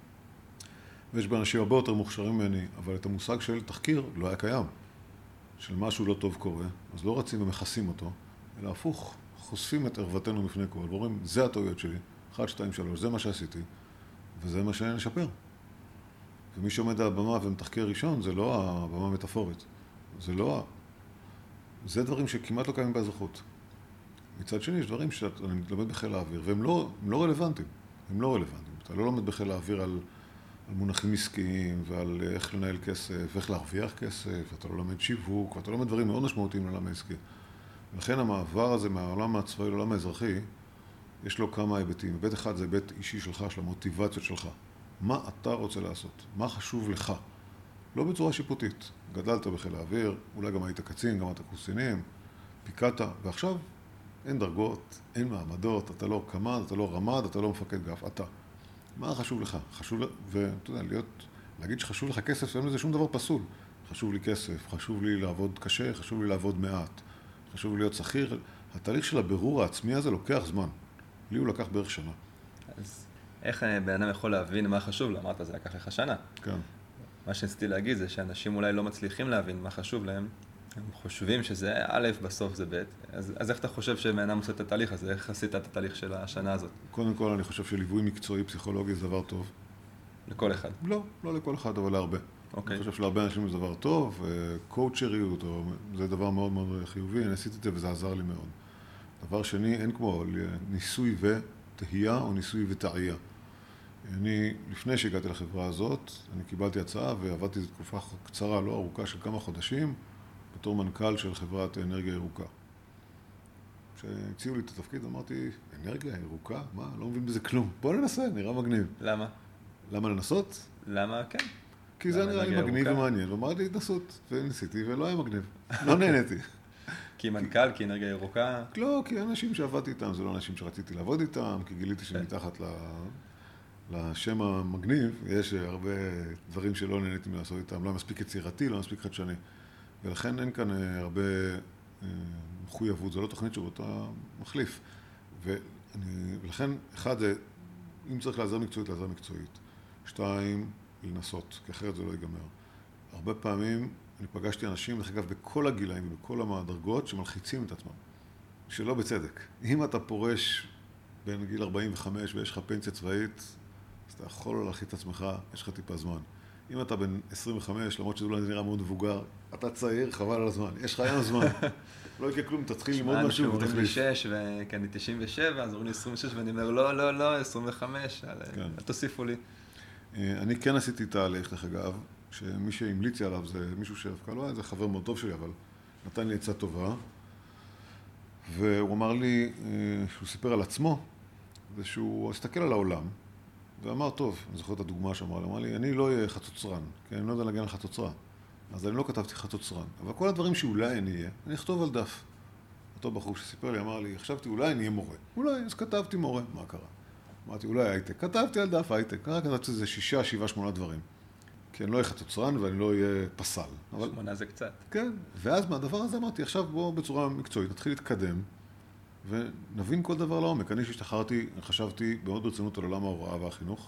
ויש בה אנשים הרבה יותר מוכשרים ממני, אבל את המושג של תחקיר לא היה קיים. של משהו לא טוב קורה, אז לא רצים ומכסים אותו, אלא הפוך, חושפים את ערוותנו מפני כל, ואומרים, זה הטעויות שלי, אחת, שתיים, שלוש, זה מה שעשיתי, וזה מה שאני נשפר. ומי שעומד על הבמה ומתחקר ראשון, זה לא הבמה המטאפורית. זה לא... זה דברים שכמעט לא קיימים באזרחות. מצד שני, יש דברים שאני לומד בחיל האוויר, והם לא, הם לא רלוונטיים. הם לא רלוונטיים. אתה לא לומד בחיל האוויר על, על מונחים עסקיים, ועל איך לנהל כסף, ואיך להרוויח כסף, ואתה לא לומד שיווק, ואתה לא לומד דברים מאוד משמעותיים לעולם העסקי. ולכן המעבר הזה מהעולם הצבאי לעולם האזרחי, יש לו כמה היבטים. היבט אחד זה היבט אישי שלך, של המוטיבציות שלך. מה אתה רוצה לעשות? מה חשוב לך? לא בצורה שיפוטית. גדלת בחיל האוויר, אולי גם היית קצין, גם היית קורסינים, פיקדת, ועכשיו אין דרגות, אין מעמדות, אתה לא קמ"ד, אתה לא רמ"ד, אתה לא מפקד גף, אתה. מה חשוב לך? חשוב, ואתה יודע, להיות, להגיד שחשוב לך כסף, אין לזה שום דבר פסול. חשוב לי כסף, חשוב לי לעבוד קשה, חשוב לי לעבוד מעט, חשוב לי להיות שכיר. התהליך של הבירור העצמי הזה לוקח זמן. לי הוא לקח בערך שנה. אז איך בן אדם יכול להבין מה חשוב לו? אמרת, זה לקח לך שנה. כן. מה שניסיתי להגיד זה שאנשים אולי לא מצליחים להבין מה חשוב להם. הם חושבים שזה א', בסוף זה ב'. אז, אז איך אתה חושב שבן אדם עושה את התהליך הזה? איך עשית את התהליך של השנה הזאת? קודם כל, אני חושב שליווי מקצועי פסיכולוגי זה דבר טוב. לכל אחד? לא, לא לכל אחד, אבל להרבה. אוקיי. אני חושב שלהרבה אנשים זה דבר טוב, קואוצ'ריות, זה דבר מאוד מאוד חיובי, אני עשיתי את זה וזה עזר לי מאוד. דבר שני, אין כמו ניסוי ותהייה או ניסוי וטעייה. אני, לפני שהגעתי לחברה הזאת, אני קיבלתי הצעה ועבדתי איזו תקופה קצרה, לא ארוכה, של כמה חודשים, בתור מנכ"ל של חברת אנרגיה ירוקה. כשהציעו לי את התפקיד, אמרתי, אנרגיה ירוקה? מה? לא מבין בזה כלום. בוא ננסה, נראה מגניב. למה? למה לנסות? למה? כן. כי זה נראה לי מגניב ומעניין, ואמרתי לי התנסות, וניסיתי ולא היה מגניב. לא נהניתי. כי מנכ"ל, כי אנרגיה ירוקה? לא, כי אנשים שעבדתי איתם, זה לא אנשים שרציתי לעבוד איתם, כי גיליתי שמתחת ל... לשם המגניב, יש הרבה דברים שלא נהניתי מלעשות איתם, לא מספיק יצירתי, לא מספיק חדשני. ולכן אין כאן הרבה מחויבות, זו לא תוכנית שאותה מחליף. ואני, ולכן, אחד זה, אם צריך לעזר מקצועית, לעזר מקצועית. שתיים, לנסות, כי אחרת זה לא ייגמר. הרבה פעמים אני פגשתי אנשים, דרך אגב, בכל הגילאים ובכל המדרגות, שמלחיצים את עצמם, שלא בצדק. אם אתה פורש בין גיל ארבעים וחמש ויש לך פנסיה צבאית, אז אתה יכול לא להלחיץ את עצמך, יש לך טיפה זמן. אם אתה בן עשרים וחמש, למרות שזה אולי נראה מאוד מבוגר, אתה צעיר, חבל על הזמן. יש לך היום זמן. לא יקרה כלום, תתחיל ללמוד משהו ותחליף. אומרים לי שש, וכן, אני תשעים ושבע, אז אומרים לי עשרים ושש, ואני אומר, לא, לא, לא, עשרים וחמש, תוסיפו לי. אני כן עשיתי תהליך, דרך אגב, שמי שהמליץ עליו זה מישהו שדווקא לא היה, זה חבר מאוד טוב שלי, אבל נתן לי עצה טובה. והוא אמר לי, שהוא סיפר על עצמו, זה שהוא הסתכל על העולם, ואמר, טוב, אני זוכר את הדוגמה שאמר לי, אמר לי, אני לא אהיה חצוצרן, כי אני לא יודע להגן על חצוצרה. אז אני לא כתבתי חצוצרן. אבל כל הדברים שאולי אני אהיה, אני אכתוב על דף. אותו בחור שסיפר לי, אמר לי, חשבתי, אולי אני אהיה מורה. אולי, אז כתבתי מורה. מה קרה? אמרתי, אולי הייטק. כתבתי על דף הייטק. ככה כתבתי איזה שישה, שבעה, שמונה דברים. כי אני לא אהיה חצוצרן ואני לא אהיה פסל. אבל... שמונה זה קצת. כן. ואז מהדבר הזה אמרתי, עכשיו בוא בצורה מקצועית, נתחיל להתקדם, ונבין כל דבר לעומק. אני שהשתחררתי, חשבתי מאוד ברצינות על עולם ההוראה והחינוך.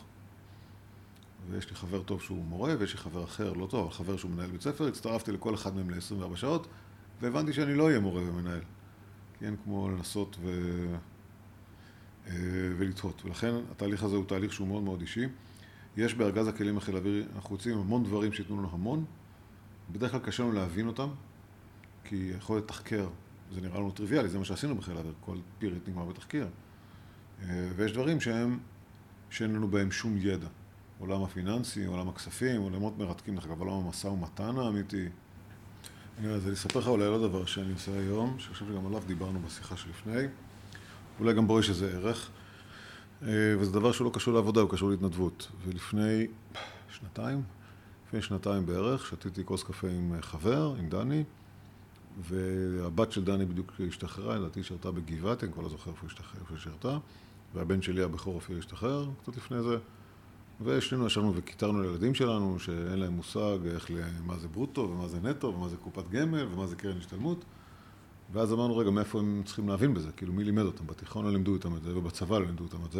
ויש לי חבר טוב שהוא מורה, ויש לי חבר אחר, לא טוב, אבל חבר שהוא מנהל בית ספר, הצטרפתי לכל אחד מהם ל-עשרים וארבע שעות, והבנתי שאני לא אהיה מורה ומנהל. כי אין כמו לנסות ו... ולתהות. ולכן התהליך הזה הוא תהליך שהוא מאוד מאוד אישי. יש בארגז הכלים החיל האווירי, אנחנו רוצים המון דברים שיתנו לנו המון. בדרך כלל קשה לנו להבין אותם, כי יכול לתחקר, זה נראה לנו טריוויאלי, זה מה שעשינו בחיל האוויר, כל פירט נגמר בתחקיר. ויש דברים שהם, שאין לנו בהם שום ידע. עולם הפיננסי, עולם הכספים, עולמות מרתקים, דרך אגב, עולם המשא ומתן האמיתי. אז אני אספר לך אולי לא דבר שאני עושה היום, שחושב שגם עליו דיברנו בשיחה שלפני. אולי גם בו יש איזה ערך. וזה דבר שהוא לא קשור לעבודה, הוא קשור להתנדבות. ולפני שנתיים, לפני שנתיים בערך, שתיתי כוס קפה עם חבר, עם דני, והבת של דני בדיוק השתחררה, לדעתי שרתה בגבעתי, אני כבר לא זוכר איפה היא שרתה, והבן שלי הבכור אפילו השתחרר, קצת לפני זה. ושנינו ישבנו וכיתרנו לילדים שלנו, שאין להם מושג איך, מה זה ברוטו, ומה זה נטו, ומה זה קופת גמל, ומה זה קרן השתלמות. ואז אמרנו, רגע, מאיפה הם צריכים להבין בזה? כאילו, מי לימד אותם? בתיכון לא לימדו אותם את זה, ובצבא לא לימדו אותם את זה.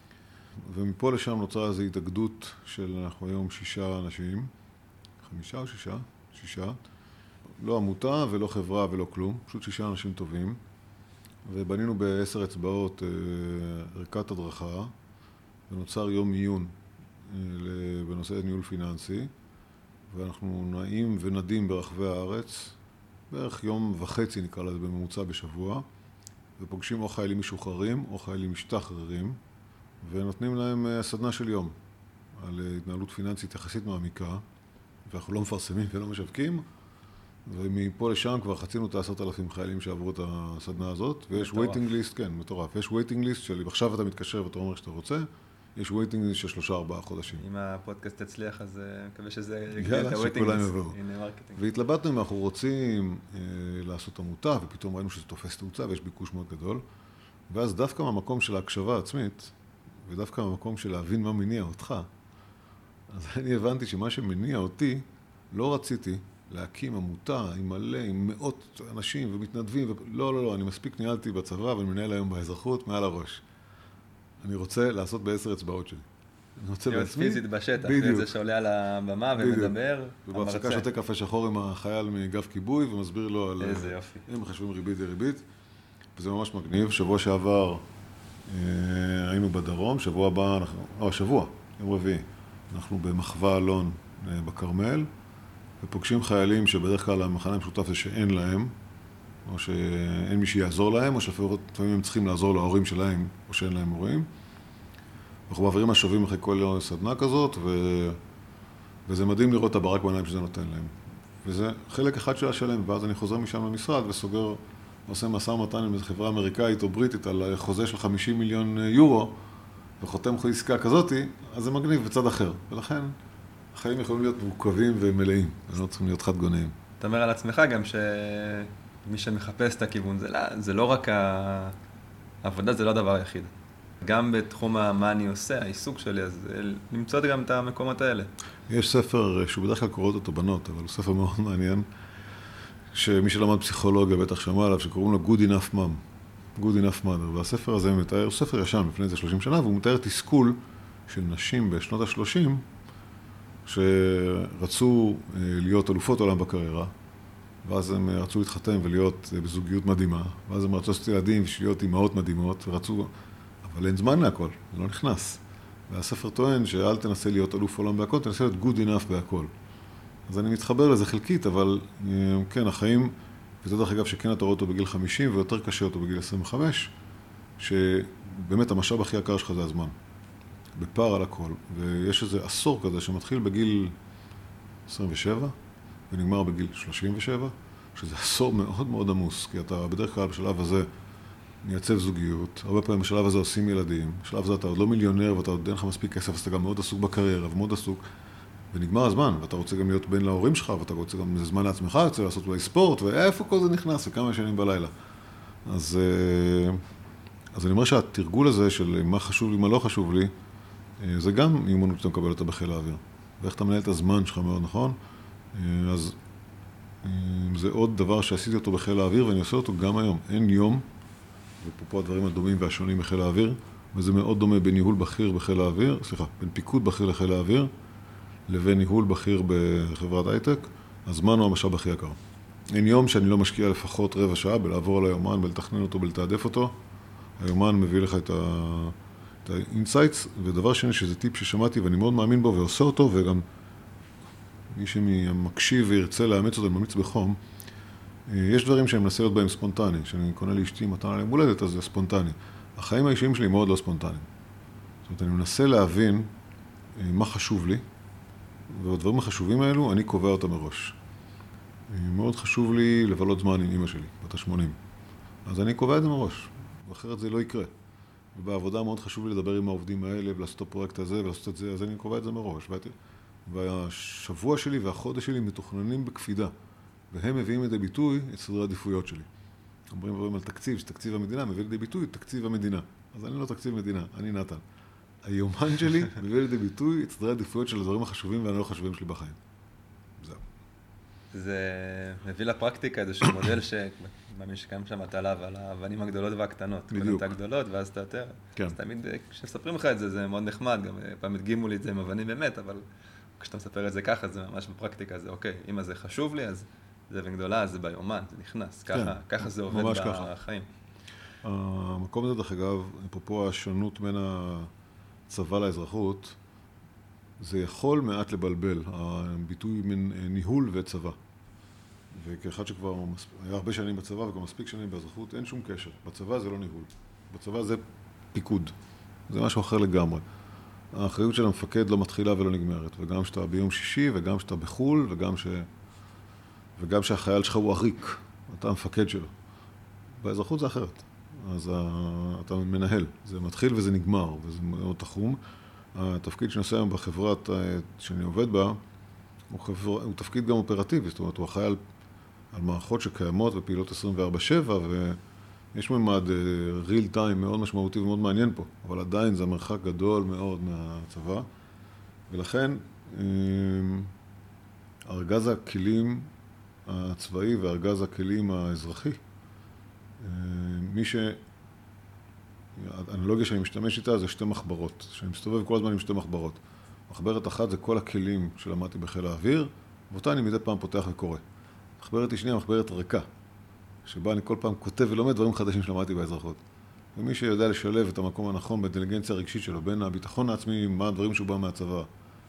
ומפה לשם נוצרה איזו התאגדות של, אנחנו היום שישה אנשים, חמישה או שישה? שישה. לא עמותה ולא חברה ולא כלום, פשוט שישה אנשים טובים. ובנינו בעשר אצבעות ערכת הדרכה, ונוצר יום עיון בנושא ניהול פיננסי, ואנחנו נעים ונדים ברחבי הארץ, בערך יום וחצי נקרא לזה בממוצע בשבוע, ופוגשים או חיילים משוחררים או חיילים משתחררים, ונותנים להם סדנה של יום על התנהלות פיננסית יחסית מעמיקה, ואנחנו לא מפרסמים ולא משווקים, ומפה לשם כבר חצינו את עשרת אלפים חיילים שעברו את הסדנה הזאת, ויש waiting list, כן, מטורף, יש waiting list של עכשיו אתה מתקשר ואתה אומר שאתה רוצה, יש waiting list של שלושה ארבעה חודשים. אם הפודקאסט תצליח, אז מקווה שזה יגדיל את ה-waiting list. הנה מרקטינג. והתלבטנו אם אנחנו רוצים אה, לעשות עמותה, ופתאום ראינו שזה תופס תאוצה ויש ביקוש מאוד גדול, ואז דווקא מהמקום של ההקשבה העצמית, ודווקא מהמקום של להבין מה מניע אותך, אז אני הבנתי שמה שמניע אותי, לא רציתי להקים עמותה עם מלא, עם מאות אנשים ומתנדבים, ו... לא, לא, לא, אני מספיק ניהלתי בצבא, ואני מנהל היום באזרחות מעל הראש. אני רוצה לעשות בעשר אצבעות שלי. אני רוצה להיות בעצמי... פיזית בשטח, אחרי זה שעולה על הבמה ומדבר, ובהפסקה שותה קפה שחור עם החייל מגב כיבוי, ומסביר לו על... איזה יופי. הם מחשבים ריבית דריבית, וזה ממש מגניב. שבוע שעבר אה, היינו בדרום, שבוע הבא, אנחנו... אה, שבוע, יום רביעי. אנחנו במחווה אלון אה, בכרמל, ופוגשים חיילים שבדרך כלל המחנה המשותף זה שאין להם, או שאין מי שיעזור להם, או שלפעמים הם צריכים לעזור להורים שלהם, או שאין להם הורים. אנחנו מעבירים משובים אחרי כל סדנה כזאת, ו... וזה מדהים לראות את הברק בעיניים שזה נותן להם. וזה חלק אחד של השלם, ואז אני חוזר משם למשרד וסוגר, עושה מסע ומתן עם איזו חברה אמריקאית או בריטית על חוזה של חמישים מיליון יורו, וחותם עסקה כזאת, אז זה מגניב בצד אחר. ולכן החיים יכולים להיות מורכבים ומלאים, הם לא צריכים להיות חד גוניים. אתה אומר על עצמך גם שמי שמחפש את הכיוון, זה לא, זה לא רק העבודה, זה לא הדבר היחיד. גם בתחום מה אני עושה, העיסוק שלי, אז למצוא גם את המקומות האלה. יש ספר שהוא בדרך כלל קוראות אותו בנות, אבל הוא ספר מאוד מעניין, שמי שלמד פסיכולוגיה בטח שמע עליו, שקוראים לו Good Enough Mom, Good Enough Mother, והספר הזה מתאר, הוא ספר ישן לפני איזה שלושים שנה, והוא מתאר תסכול של נשים בשנות ה-שלושים, שרצו להיות אלופות עולם בקריירה, ואז הם רצו להתחתן ולהיות בזוגיות מדהימה, ואז הם רצו לעשות ילדים ולהיות אימהות מדהימות, ורצו... אבל אין זמן להכל, זה לא נכנס. והספר טוען שאל תנסה להיות אלוף עולם בהכל, תנסה להיות good enough בהכל. אז אני מתחבר לזה חלקית, אבל כן, החיים, וזה דרך אגב שכן אתה רואה אותו בגיל חמישים, ויותר קשה אותו בגיל עשרים וחמש, שבאמת המשאב הכי יקר שלך זה הזמן. בפער על הכל. ויש איזה עשור כזה שמתחיל בגיל עשרים ושבע, ונגמר בגיל שלושים ושבע, שזה עשור מאוד מאוד עמוס, כי אתה בדרך כלל בשלב הזה מייצב זוגיות, הרבה פעמים בשלב הזה עושים ילדים, בשלב הזה אתה עוד לא מיליונר ואתה עוד אין לך מספיק כסף, אז אתה גם מאוד עסוק בקריירה ומאוד עסוק, ונגמר הזמן, ואתה רוצה גם להיות בן להורים שלך, ואתה רוצה גם זמן לעצמך, רוצה לעשות אולי ספורט, ואיפה כל זה נכנס, וכמה שנים בלילה. אז, אז אני אומר שהתרגול הזה של מה חשוב לי, מה לא חשוב לי, זה גם מיומנות שאתה מקבל אותה בחיל האוויר. ואיך אתה מנהל את הזמן שלך מאוד נכון, אז זה עוד דבר שעשיתי אותו בחיל האוויר, ואני עושה אותו גם היום. אין יום, ופה הדברים הדומים והשונים בחיל האוויר, וזה מאוד דומה בניהול בכיר בחיל האוויר, סליחה, בין פיקוד בכיר לחיל האוויר, לבין ניהול בכיר בחברת הייטק, הזמן הוא המשאב הכי יקר. אין יום שאני לא משקיע לפחות רבע שעה בלעבור על היומן, בלתכנן אותו, בלתעדף אותו. היומן מביא לך את ה... את האינסייטס, ודבר שני שזה טיפ ששמעתי ואני מאוד מאמין בו ועושה אותו, וגם מי שמקשיב וירצה לאמץ אותו, ממליץ בחום, יש דברים שאני מנסה להיות בהם ספונטני, שאני קונה לאשתי מתנה להם הולדת, אז זה ספונטני. החיים האישיים שלי מאוד לא ספונטניים. זאת אומרת, אני מנסה להבין מה חשוב לי, והדברים החשובים האלו, אני קובע אותם מראש. מאוד חשוב לי לבלות זמן עם אמא שלי, בת ה-שמונים. אז אני קובע את זה מראש, ואחרת זה לא יקרה. ובעבודה מאוד חשוב לי לדבר עם העובדים האלה, ולעשות את הפרויקט הזה, ולעשות את זה, אז אני קובע את זה מראש. והשבוע שלי והחודש שלי מתוכננים בקפידה, והם מביאים לידי ביטוי את סדרי העדיפויות שלי. אומרים דברים על תקציב, שתקציב המדינה מביא לידי ביטוי את תקציב המדינה. אז אני לא תקציב מדינה, אני נתן. היומן שלי מביא לידי ביטוי את סדרי העדיפויות של הדברים החשובים והלא חשובים שלי בחיים. זהו. זה מביא לפרקטיקה איזשהו מודל שמאמין שקיים שם אתה עליו, על האבנים הגדולות והקטנות. בדיוק. את הגדולות ואז אתה יותר. כן. אז תמיד כשמספרים לך את זה, זה מאוד נחמד. גם פעם הדגימו לי את זה עם אבנים באמת, אבל כשאתה מספר את זה ככה, זה ממש בפרקטיקה. זה אוקיי, אם זה חשוב לי, אז זה אבן גדולה, אז זה ביומן, זה נכנס. כן. ככה, ככה זה עובד ממש בחיים. ככה. המקום הזה, דרך אגב, אפרופו השונות בין הצבא לאזרחות, זה יכול מעט לבלבל, הביטוי מן ניהול וצבא. וכאחד שכבר היה הרבה שנים בצבא וגם מספיק שנים באזרחות, אין שום קשר. בצבא זה לא ניהול. בצבא זה פיקוד. זה משהו אחר לגמרי. האחריות של המפקד לא מתחילה ולא נגמרת. וגם שאתה ביום שישי, וגם שאתה בחול, וגם ש... וגם שהחייל שלך הוא עריק. אתה המפקד שלו. באזרחות זה אחרת. אז אתה מנהל. זה מתחיל וזה נגמר, וזה מאוד תחום. התפקיד שאני עושה היום בחברה שאני עובד בה, הוא, חבר... הוא תפקיד גם אופרטיבי. זאת אומרת, הוא אחראי על... על מערכות שקיימות ופעילות עשרים וארבע שבע, ויש ממד real time מאוד משמעותי ומאוד מעניין פה, אבל עדיין זה מרחק גדול מאוד מהצבא, ולכן ארגז הכלים הצבאי וארגז הכלים האזרחי, מי ש... האנלוגיה שאני משתמש איתה זה שתי מחברות, שאני מסתובב כל הזמן עם שתי מחברות. מחברת אחת זה כל הכלים שלמדתי בחיל האוויר, ואותה אני מדי פעם פותח וקורא. מחברת השנייה, מחברת ריקה, שבה אני כל פעם כותב ולומד דברים חדשים שלמדתי באזרחות. ומי שיודע לשלב את המקום הנכון באינטליגנציה הרגשית שלו, בין הביטחון העצמי, מה הדברים שהוא בא מהצבא,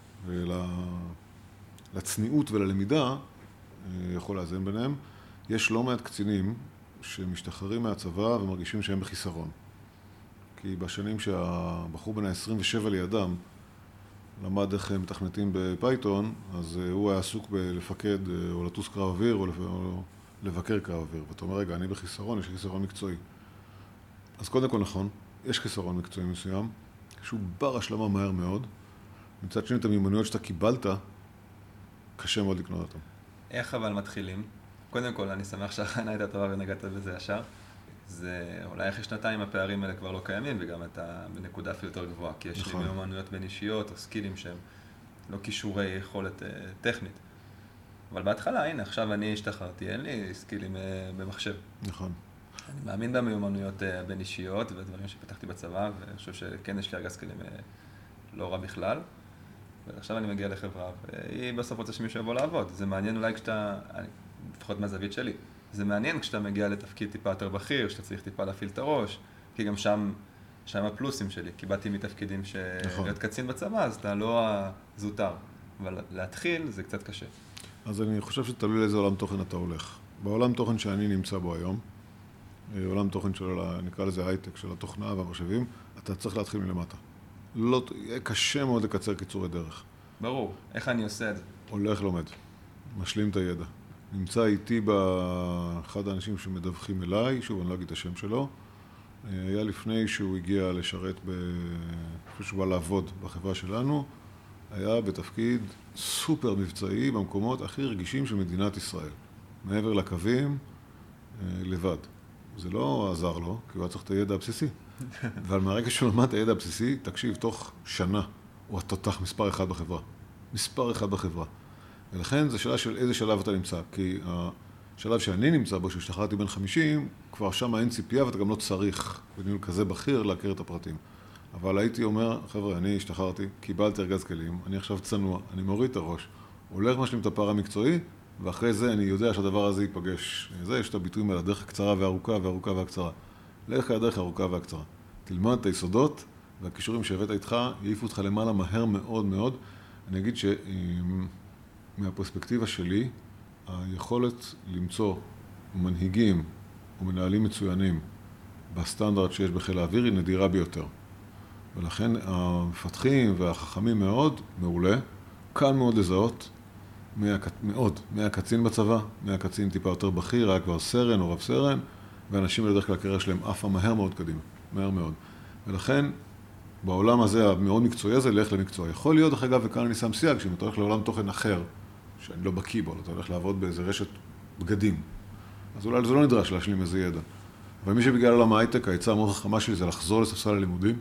ולצניעות וללמידה, יכול לאזן ביניהם. יש לא מעט קצינים שמשתחררים מהצבא ומרגישים שהם בחיסרון. כי בשנים שהבחור בן ה-עשרים ושבע לידם, למד איך מתכנתים בפייתון, אז הוא היה עסוק בלפקד או לטוס קרב אוויר או לבקר קרב אוויר. ואתה אומר, רגע, אני בחיסרון, יש חיסרון מקצועי. אז קודם כל נכון, יש חיסרון מקצועי מסוים, שהוא בר השלמה מהר מאוד. מצד שני, את המיומנויות שאתה קיבלת, קשה מאוד לקנות אותם. איך אבל מתחילים? קודם כל, אני שמח שהכנה הייתה טובה ונגעת בזה ישר. זה אולי אחרי שנתיים הפערים האלה כבר לא קיימים, וגם אתה בנקודה אפילו יותר גבוהה, כי יש נכון. לי מיומנויות בין אישיות או סקילים שהם לא קישורי יכולת אה, טכנית. אבל בהתחלה, הנה, עכשיו אני השתחררתי, אין לי סקילים אה, במחשב. נכון. אני מאמין במיומנויות אה, בין אישיות ודברים שפתחתי בצבא, ואני חושב שכן יש לי ארגז כלים אה, לא רע בכלל. ועכשיו אני מגיע לחברה, והיא בסוף רוצה שמישהו יבוא לעבוד. זה מעניין אולי כשאתה, לפחות מהזווית שלי, זה מעניין כשאתה מגיע לתפקיד טיפה יותר בכיר, שאתה צריך טיפה להפעיל את הראש, כי גם שם, שם הפלוסים שלי, כי באתי מתפקידים להיות קצין בצבא, אז אתה לא הזוטר, אבל להתחיל זה קצת קשה. אז אני חושב שתלוי לאיזה עולם תוכן אתה הולך. בעולם תוכן שאני נמצא בו היום, עולם תוכן של, נקרא לזה הייטק, של התוכנה והמחשבים, אתה צריך להתחיל מלמטה. לא, יהיה קשה מאוד לקצר קיצורי דרך. ברור. איך אני עושה את זה? הולך לומד, משלים את הידע. נמצא איתי באחד האנשים שמדווחים אליי, שוב, אני לא אגיד את השם שלו, היה לפני שהוא הגיע לשרת, לפני שהוא בא לעבוד בחברה שלנו, היה בתפקיד סופר מבצעי במקומות הכי רגישים של מדינת ישראל. מעבר לקווים, לבד. זה לא עזר לו, כי הוא היה צריך את הידע הבסיסי. אבל מהרגע שהוא למד את הידע הבסיסי, תקשיב, תוך שנה הוא התותח מספר אחד בחברה. מספר אחד בחברה. ולכן זו שאלה של איזה שלב אתה נמצא, כי השלב שאני נמצא בו, שהשתחררתי בין חמישים, כבר שם אין ציפייה ואתה גם לא צריך בניהול כזה בכיר להכיר את הפרטים. אבל הייתי אומר, חבר'ה, אני השתחררתי, קיבלתי ארגז כלים, אני עכשיו צנוע, אני מוריד את הראש, הולך משלים את הפער המקצועי, ואחרי זה אני יודע שהדבר הזה ייפגש. זה יש את הביטויים על הדרך הקצרה והארוכה והארוכה והקצרה. לך הדרך הארוכה והקצרה. תלמד את היסודות, והכישורים שהבאת איתך יעיפו אותך למעלה מהר מאוד מאוד. אני אגיד שמהפרספקטיבה שלי, היכולת למצוא מנהיגים ומנהלים מצוינים בסטנדרט שיש בחיל האוויר היא נדירה ביותר. ולכן המפתחים והחכמים מאוד, מעולה, קל מאוד לזהות, מאוד, מהקצין בצבא, מהקצין טיפה יותר בכיר, היה כבר סרן או רב סרן, ואנשים בדרך כלל הקריירה שלהם עפה מהר מאוד קדימה, מהר מאוד. ולכן, בעולם הזה המאוד מקצועי הזה, לך למקצוע. יכול להיות, דרך אגב, וכאן אני שם סייג, שאם אתה הולך לעולם תוכן אחר, שאני לא בקיא בו, אתה הולך לעבוד באיזה רשת בגדים, אז אולי זה לא נדרש להשלים איזה ידע. אבל מי שבגלל עולם ההייטק, העצה המאוד חכמה שלי זה לחזור לספסל הלימודים,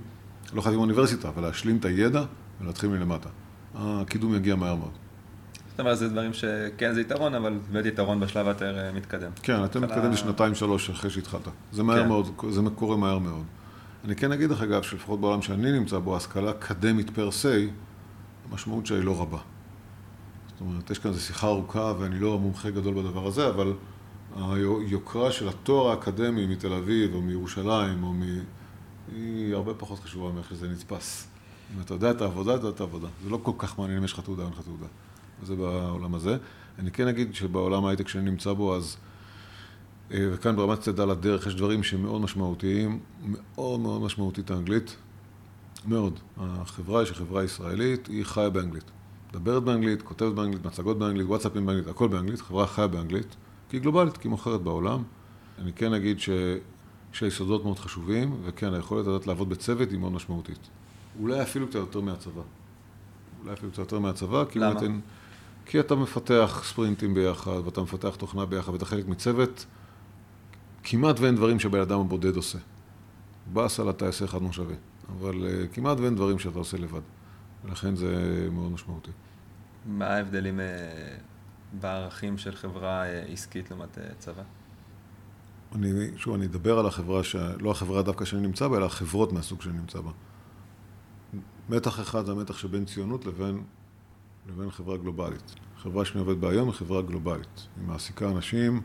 לא חייבים אוניברסיטה, אבל להשלים את הידע ולהתחיל מלמטה. הקידום יגיע מהר מאוד. זאת אומרת, זה דברים שכן זה יתרון, אבל באמת יתרון בשלב יותר מתקדם. כן, אתה מתקדם בשנתיים שלוש אחרי שהתחלת. זה מהר מאוד, זה קורה מהר מאוד. אני כן אגיד לך, אגב, שלפחות בעולם שאני נמצא בו, השכלה אקדמית פר סי, המשמעות שלה היא לא רבה. זאת אומרת, יש כאן איזו שיחה ארוכה, ואני לא מומחה גדול בדבר הזה, אבל היוקרה של התואר האקדמי מתל אביב, או מירושלים, או מ... היא הרבה פחות חשובה מאיך שזה נתפס. אם אתה יודע את העבודה, אתה יודע את העבודה. זה לא כל כך מעניין אם יש לך תעודה או אין לך תעודה. וזה בעולם הזה. אני כן אגיד שבעולם ההייטק שאני נמצא בו, אז... וכאן ברמת צדה לדרך, יש דברים שמאוד משמעותיים, מאוד מאוד משמעותית האנגלית. מאוד. החברה היא שחברה ישראלית, היא חיה באנגלית. מדברת באנגלית, כותבת באנגלית, מצגות באנגלית, וואטסאפים באנגלית, הכל באנגלית, חברה חיה באנגלית, כי היא גלובלית, כי היא מוכרת בעולם. אני כן אגיד ש... שהיסודות מאוד חשובים, וכן, היכולת לדעת לעבוד בצוות היא מאוד משמעותית. אולי אפילו קצת יותר מהצבא. אולי אפילו קצת יותר מהצבא, כי למה? מתן... כי אתה מפתח ספרינטים ביחד, ואתה מפתח תוכנה ביחד, ואתה חלק מצוות, כמעט ואין דברים שבן אדם הבודד עושה. באס על הטייס אחד מושבי, אבל uh, כמעט ואין דברים שאתה עושה לבד. ולכן זה מאוד משמעותי. מה ההבדלים uh, בערכים של חברה uh, עסקית לעומת uh, צבא? אני, שוב, אני אדבר על החברה, ש... לא החברה דווקא שאני נמצא בה, אלא החברות מהסוג שאני נמצא בה. מתח אחד זה המתח שבין ציונות לבין, לבין חברה גלובלית. חברה שאני עובד בה היום היא חברה גלובלית. היא מעסיקה אנשים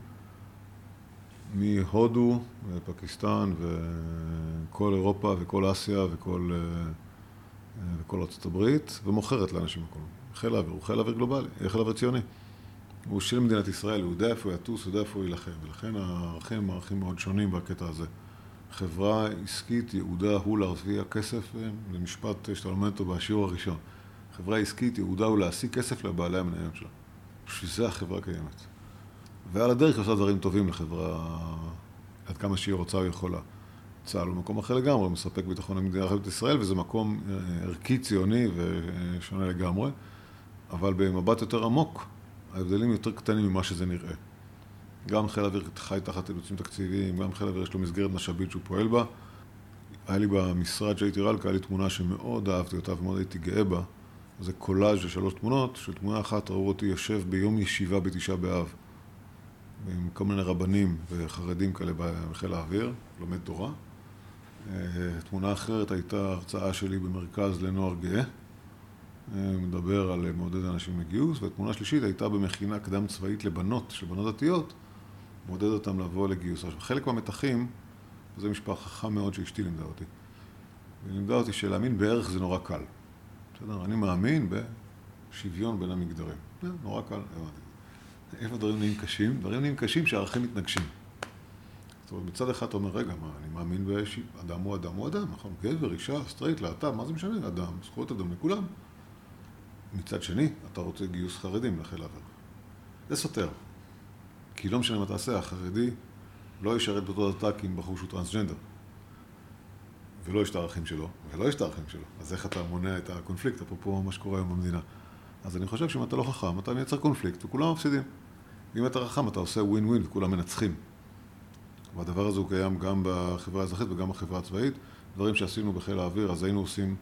מהודו ופקיסטן וכל אירופה וכל אסיה וכל, וכל ארצות הברית, ומוכרת לאנשים הכל. חיל האוויר, הוא חיל האוויר גלובלי, חיל האוויר ציוני. הוא של מדינת ישראל, הוא יודע איפה הוא יטוס, הוא יודע איפה הוא ילחם, ולכן הערכים הם ערכים מאוד שונים בקטע הזה. חברה עסקית, יעודה הוא להרוויח כסף, זה משפט שאתה לומד אותו בשיעור הראשון. חברה עסקית, יעודה הוא להשיג כסף לבעלי המניות שלה. בשביל זה החברה קיימת. ועל הדרך עושה דברים טובים לחברה, עד כמה שהיא רוצה או יכולה. צה"ל הוא מקום אחר לגמרי, הוא מספק ביטחון למדינת ישראל, וזה מקום ערכי ציוני ושונה לגמרי, אבל במבט יותר עמוק, ההבדלים יותר קטנים ממה שזה נראה. גם חיל האוויר חי תחת אילוצים תקציביים, גם חיל האוויר יש לו מסגרת משאבית שהוא פועל בה. היה לי במשרד שהייתי רלקה, היה לי תמונה שמאוד אהבתי אותה ומאוד הייתי גאה בה. זה קולאז' של שלוש תמונות, של תמונה אחת ראו אותי יושב ביום ישיבה בתשעה באב, עם כל מיני רבנים וחרדים כאלה בחיל האוויר, לומד תורה. תמונה אחרת הייתה הרצאה שלי במרכז לנוער גאה, מדבר על מעודד אנשים לגיוס, והתמונה שלישית הייתה במכינה קדם צבאית לבנות, של בנות דתיות, מעודד אותם לבוא לגיוס. עכשיו, חלק מהמתחים, וזה משפט חכם מאוד שאשתי לימדה אותי, והיא לימדה אותי שלהאמין בערך זה נורא קל. בסדר, אני מאמין בשוויון בין המגדרים. זה נורא קל, הבנתי. איפה דברים נהיים קשים? דברים נהיים קשים שהערכים מתנגשים. זאת אומרת, מצד אחד אתה אומר, רגע, מה, אני מאמין באדם הוא אדם הוא אדם, נכון? גבר, אישה, סטרייט, להט"ב, מה זה משנה? אדם, זכויות אדם לכולם. מצד שני, אתה רוצה גיוס חרדים לחיל האוויר. זה סותר. כי לא משנה מה תעשה, החרדי לא ישרת באותו דתק עם בחור שהוא טרנסג'נדר. ולא יש את הערכים שלו, ולא יש את הערכים שלו. אז איך אתה מונע את הקונפליקט, אפרופו מה שקורה היום במדינה. אז אני חושב שאם אתה לא חכם, אתה מייצר קונפליקט וכולם מפסידים. ואם אתה חכם, אתה עושה ווין ווין וכולם מנצחים. והדבר הזה הוא קיים גם בחברה האזרחית וגם בחברה הצבאית. דברים שעשינו בחיל האוויר, אז היינו עושים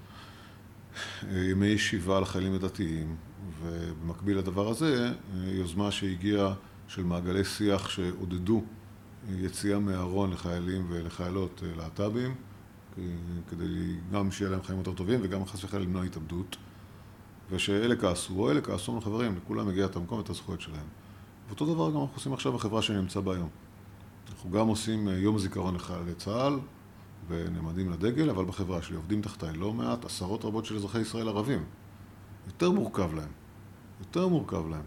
ימי ישיבה לחיילים הדתיים, ובמקביל לדבר הזה, יוזמה שהגיעה של מעגלי שיח שעודדו יציאה מהארון לחיילים ולחיילות להט"בים, כדי גם שיהיה להם חיים יותר טובים וגם חס וחלילה למנוע התאבדות, ושאלה כעסו, או אלה כעסו לחברים, לכולם מגיע את המקום ואת הזכויות שלהם. ואותו דבר גם אנחנו עושים עכשיו בחברה שאני נמצא בה היום. אנחנו גם עושים יום זיכרון לחיילי צה"ל, ונעמדים לדגל, אבל בחברה שלי עובדים תחתיי לא מעט, עשרות רבות של אזרחי ישראל ערבים. יותר מורכב להם. יותר מורכב להם.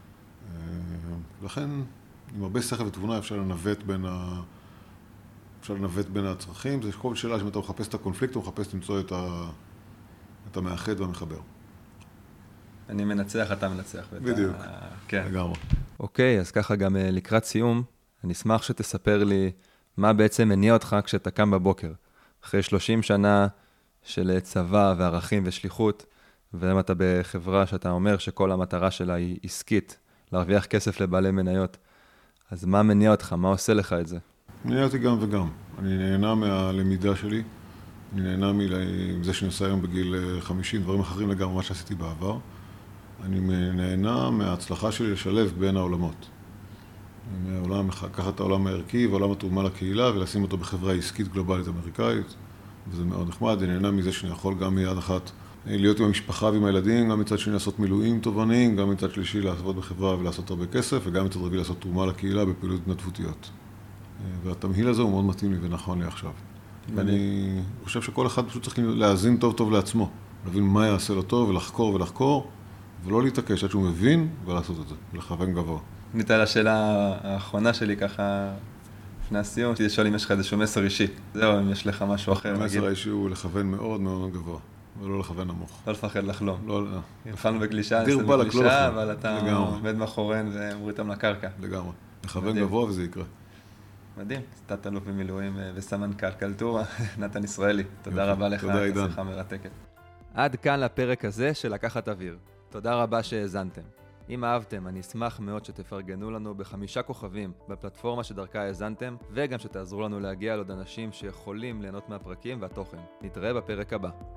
לכן, עם הרבה שכל ותבונה אפשר לנווט בין ה... אפשר לנווט בין הצרכים. זה כל שאלה שאם אתה מחפש את הקונפליקט, הוא מחפש למצוא את, ה... את המאחד והמחבר. אני מנצח, אתה מנצח. בדיוק. ה... כן. לגמרי. אוקיי, אז ככה גם לקראת סיום, אני אשמח שתספר לי מה בעצם מניע אותך כשאתה קם בבוקר. אחרי שלושים שנה של צבא וערכים ושליחות, ואם אתה בחברה שאתה אומר שכל המטרה שלה היא עסקית, להרוויח כסף לבעלי מניות, אז מה מניע אותך? מה עושה לך את זה? מניע אותי גם וגם. אני נהנה מהלמידה שלי, אני נהנה מזה שאני עושה היום בגיל חמישים, דברים אחרים לגמרי מה שעשיתי בעבר. אני נהנה מההצלחה שלי לשלב בין העולמות. מהעולם, לקחת את העולם הערכי ועולם התרומה לקהילה ולשים אותו בחברה עסקית גלובלית אמריקאית, וזה מאוד נחמד. אני נהנה מזה שאני יכול גם מיד אחת להיות עם המשפחה ועם הילדים, גם מצד שני לעשות מילואים תובעניים, גם מצד שלישי לעבוד בחברה ולעשות הרבה כסף, וגם מצד רביעי לעשות תרומה לקהילה בפעילות התנדבותיות. והתמהיל הזה הוא מאוד מתאים לי ונכון לי עכשיו. ואני חושב שכל אחד פשוט צריך להאזין טוב טוב לעצמו, להבין מה יעשה לו טוב ולחקור ולחקור, ולא להתעקש עד שהוא מבין ולעשות את זה, ולכוון גבוה. ניתן לשאלה האחרונה שלי ככה לפני הסיום, רציתי לשאול אם יש לך איזשהו מסר אישי. זהו, אם יש לך משהו אחר. המסר האישי הוא לכוון מאוד מאוד גבוה, ולא לכוון נמוך. לא לפחד לחלום. לא, לא. נפלנו בקלישה, דיר באלק, לא לחלום. אבל אתה עומד מאחוריהן ומוריד אותם לקרקע. לגמרי. לכוון גבוה וזה יקרה. מדהים, תת אלוף במילואים וסמנכ"ל קלטורה, נתן ישראלי. תודה רבה לך, הייתה שיחה מרתקת. עד כאן לפרק הזה של לקחת אוויר. תודה רבה שהאזנתם. אם אהבתם, אני אשמח מאוד שתפרגנו לנו בחמישה כוכבים בפלטפורמה שדרכה האזנתם, וגם שתעזרו לנו להגיע לעוד אנשים שיכולים ליהנות מהפרקים והתוכן. נתראה בפרק הבא.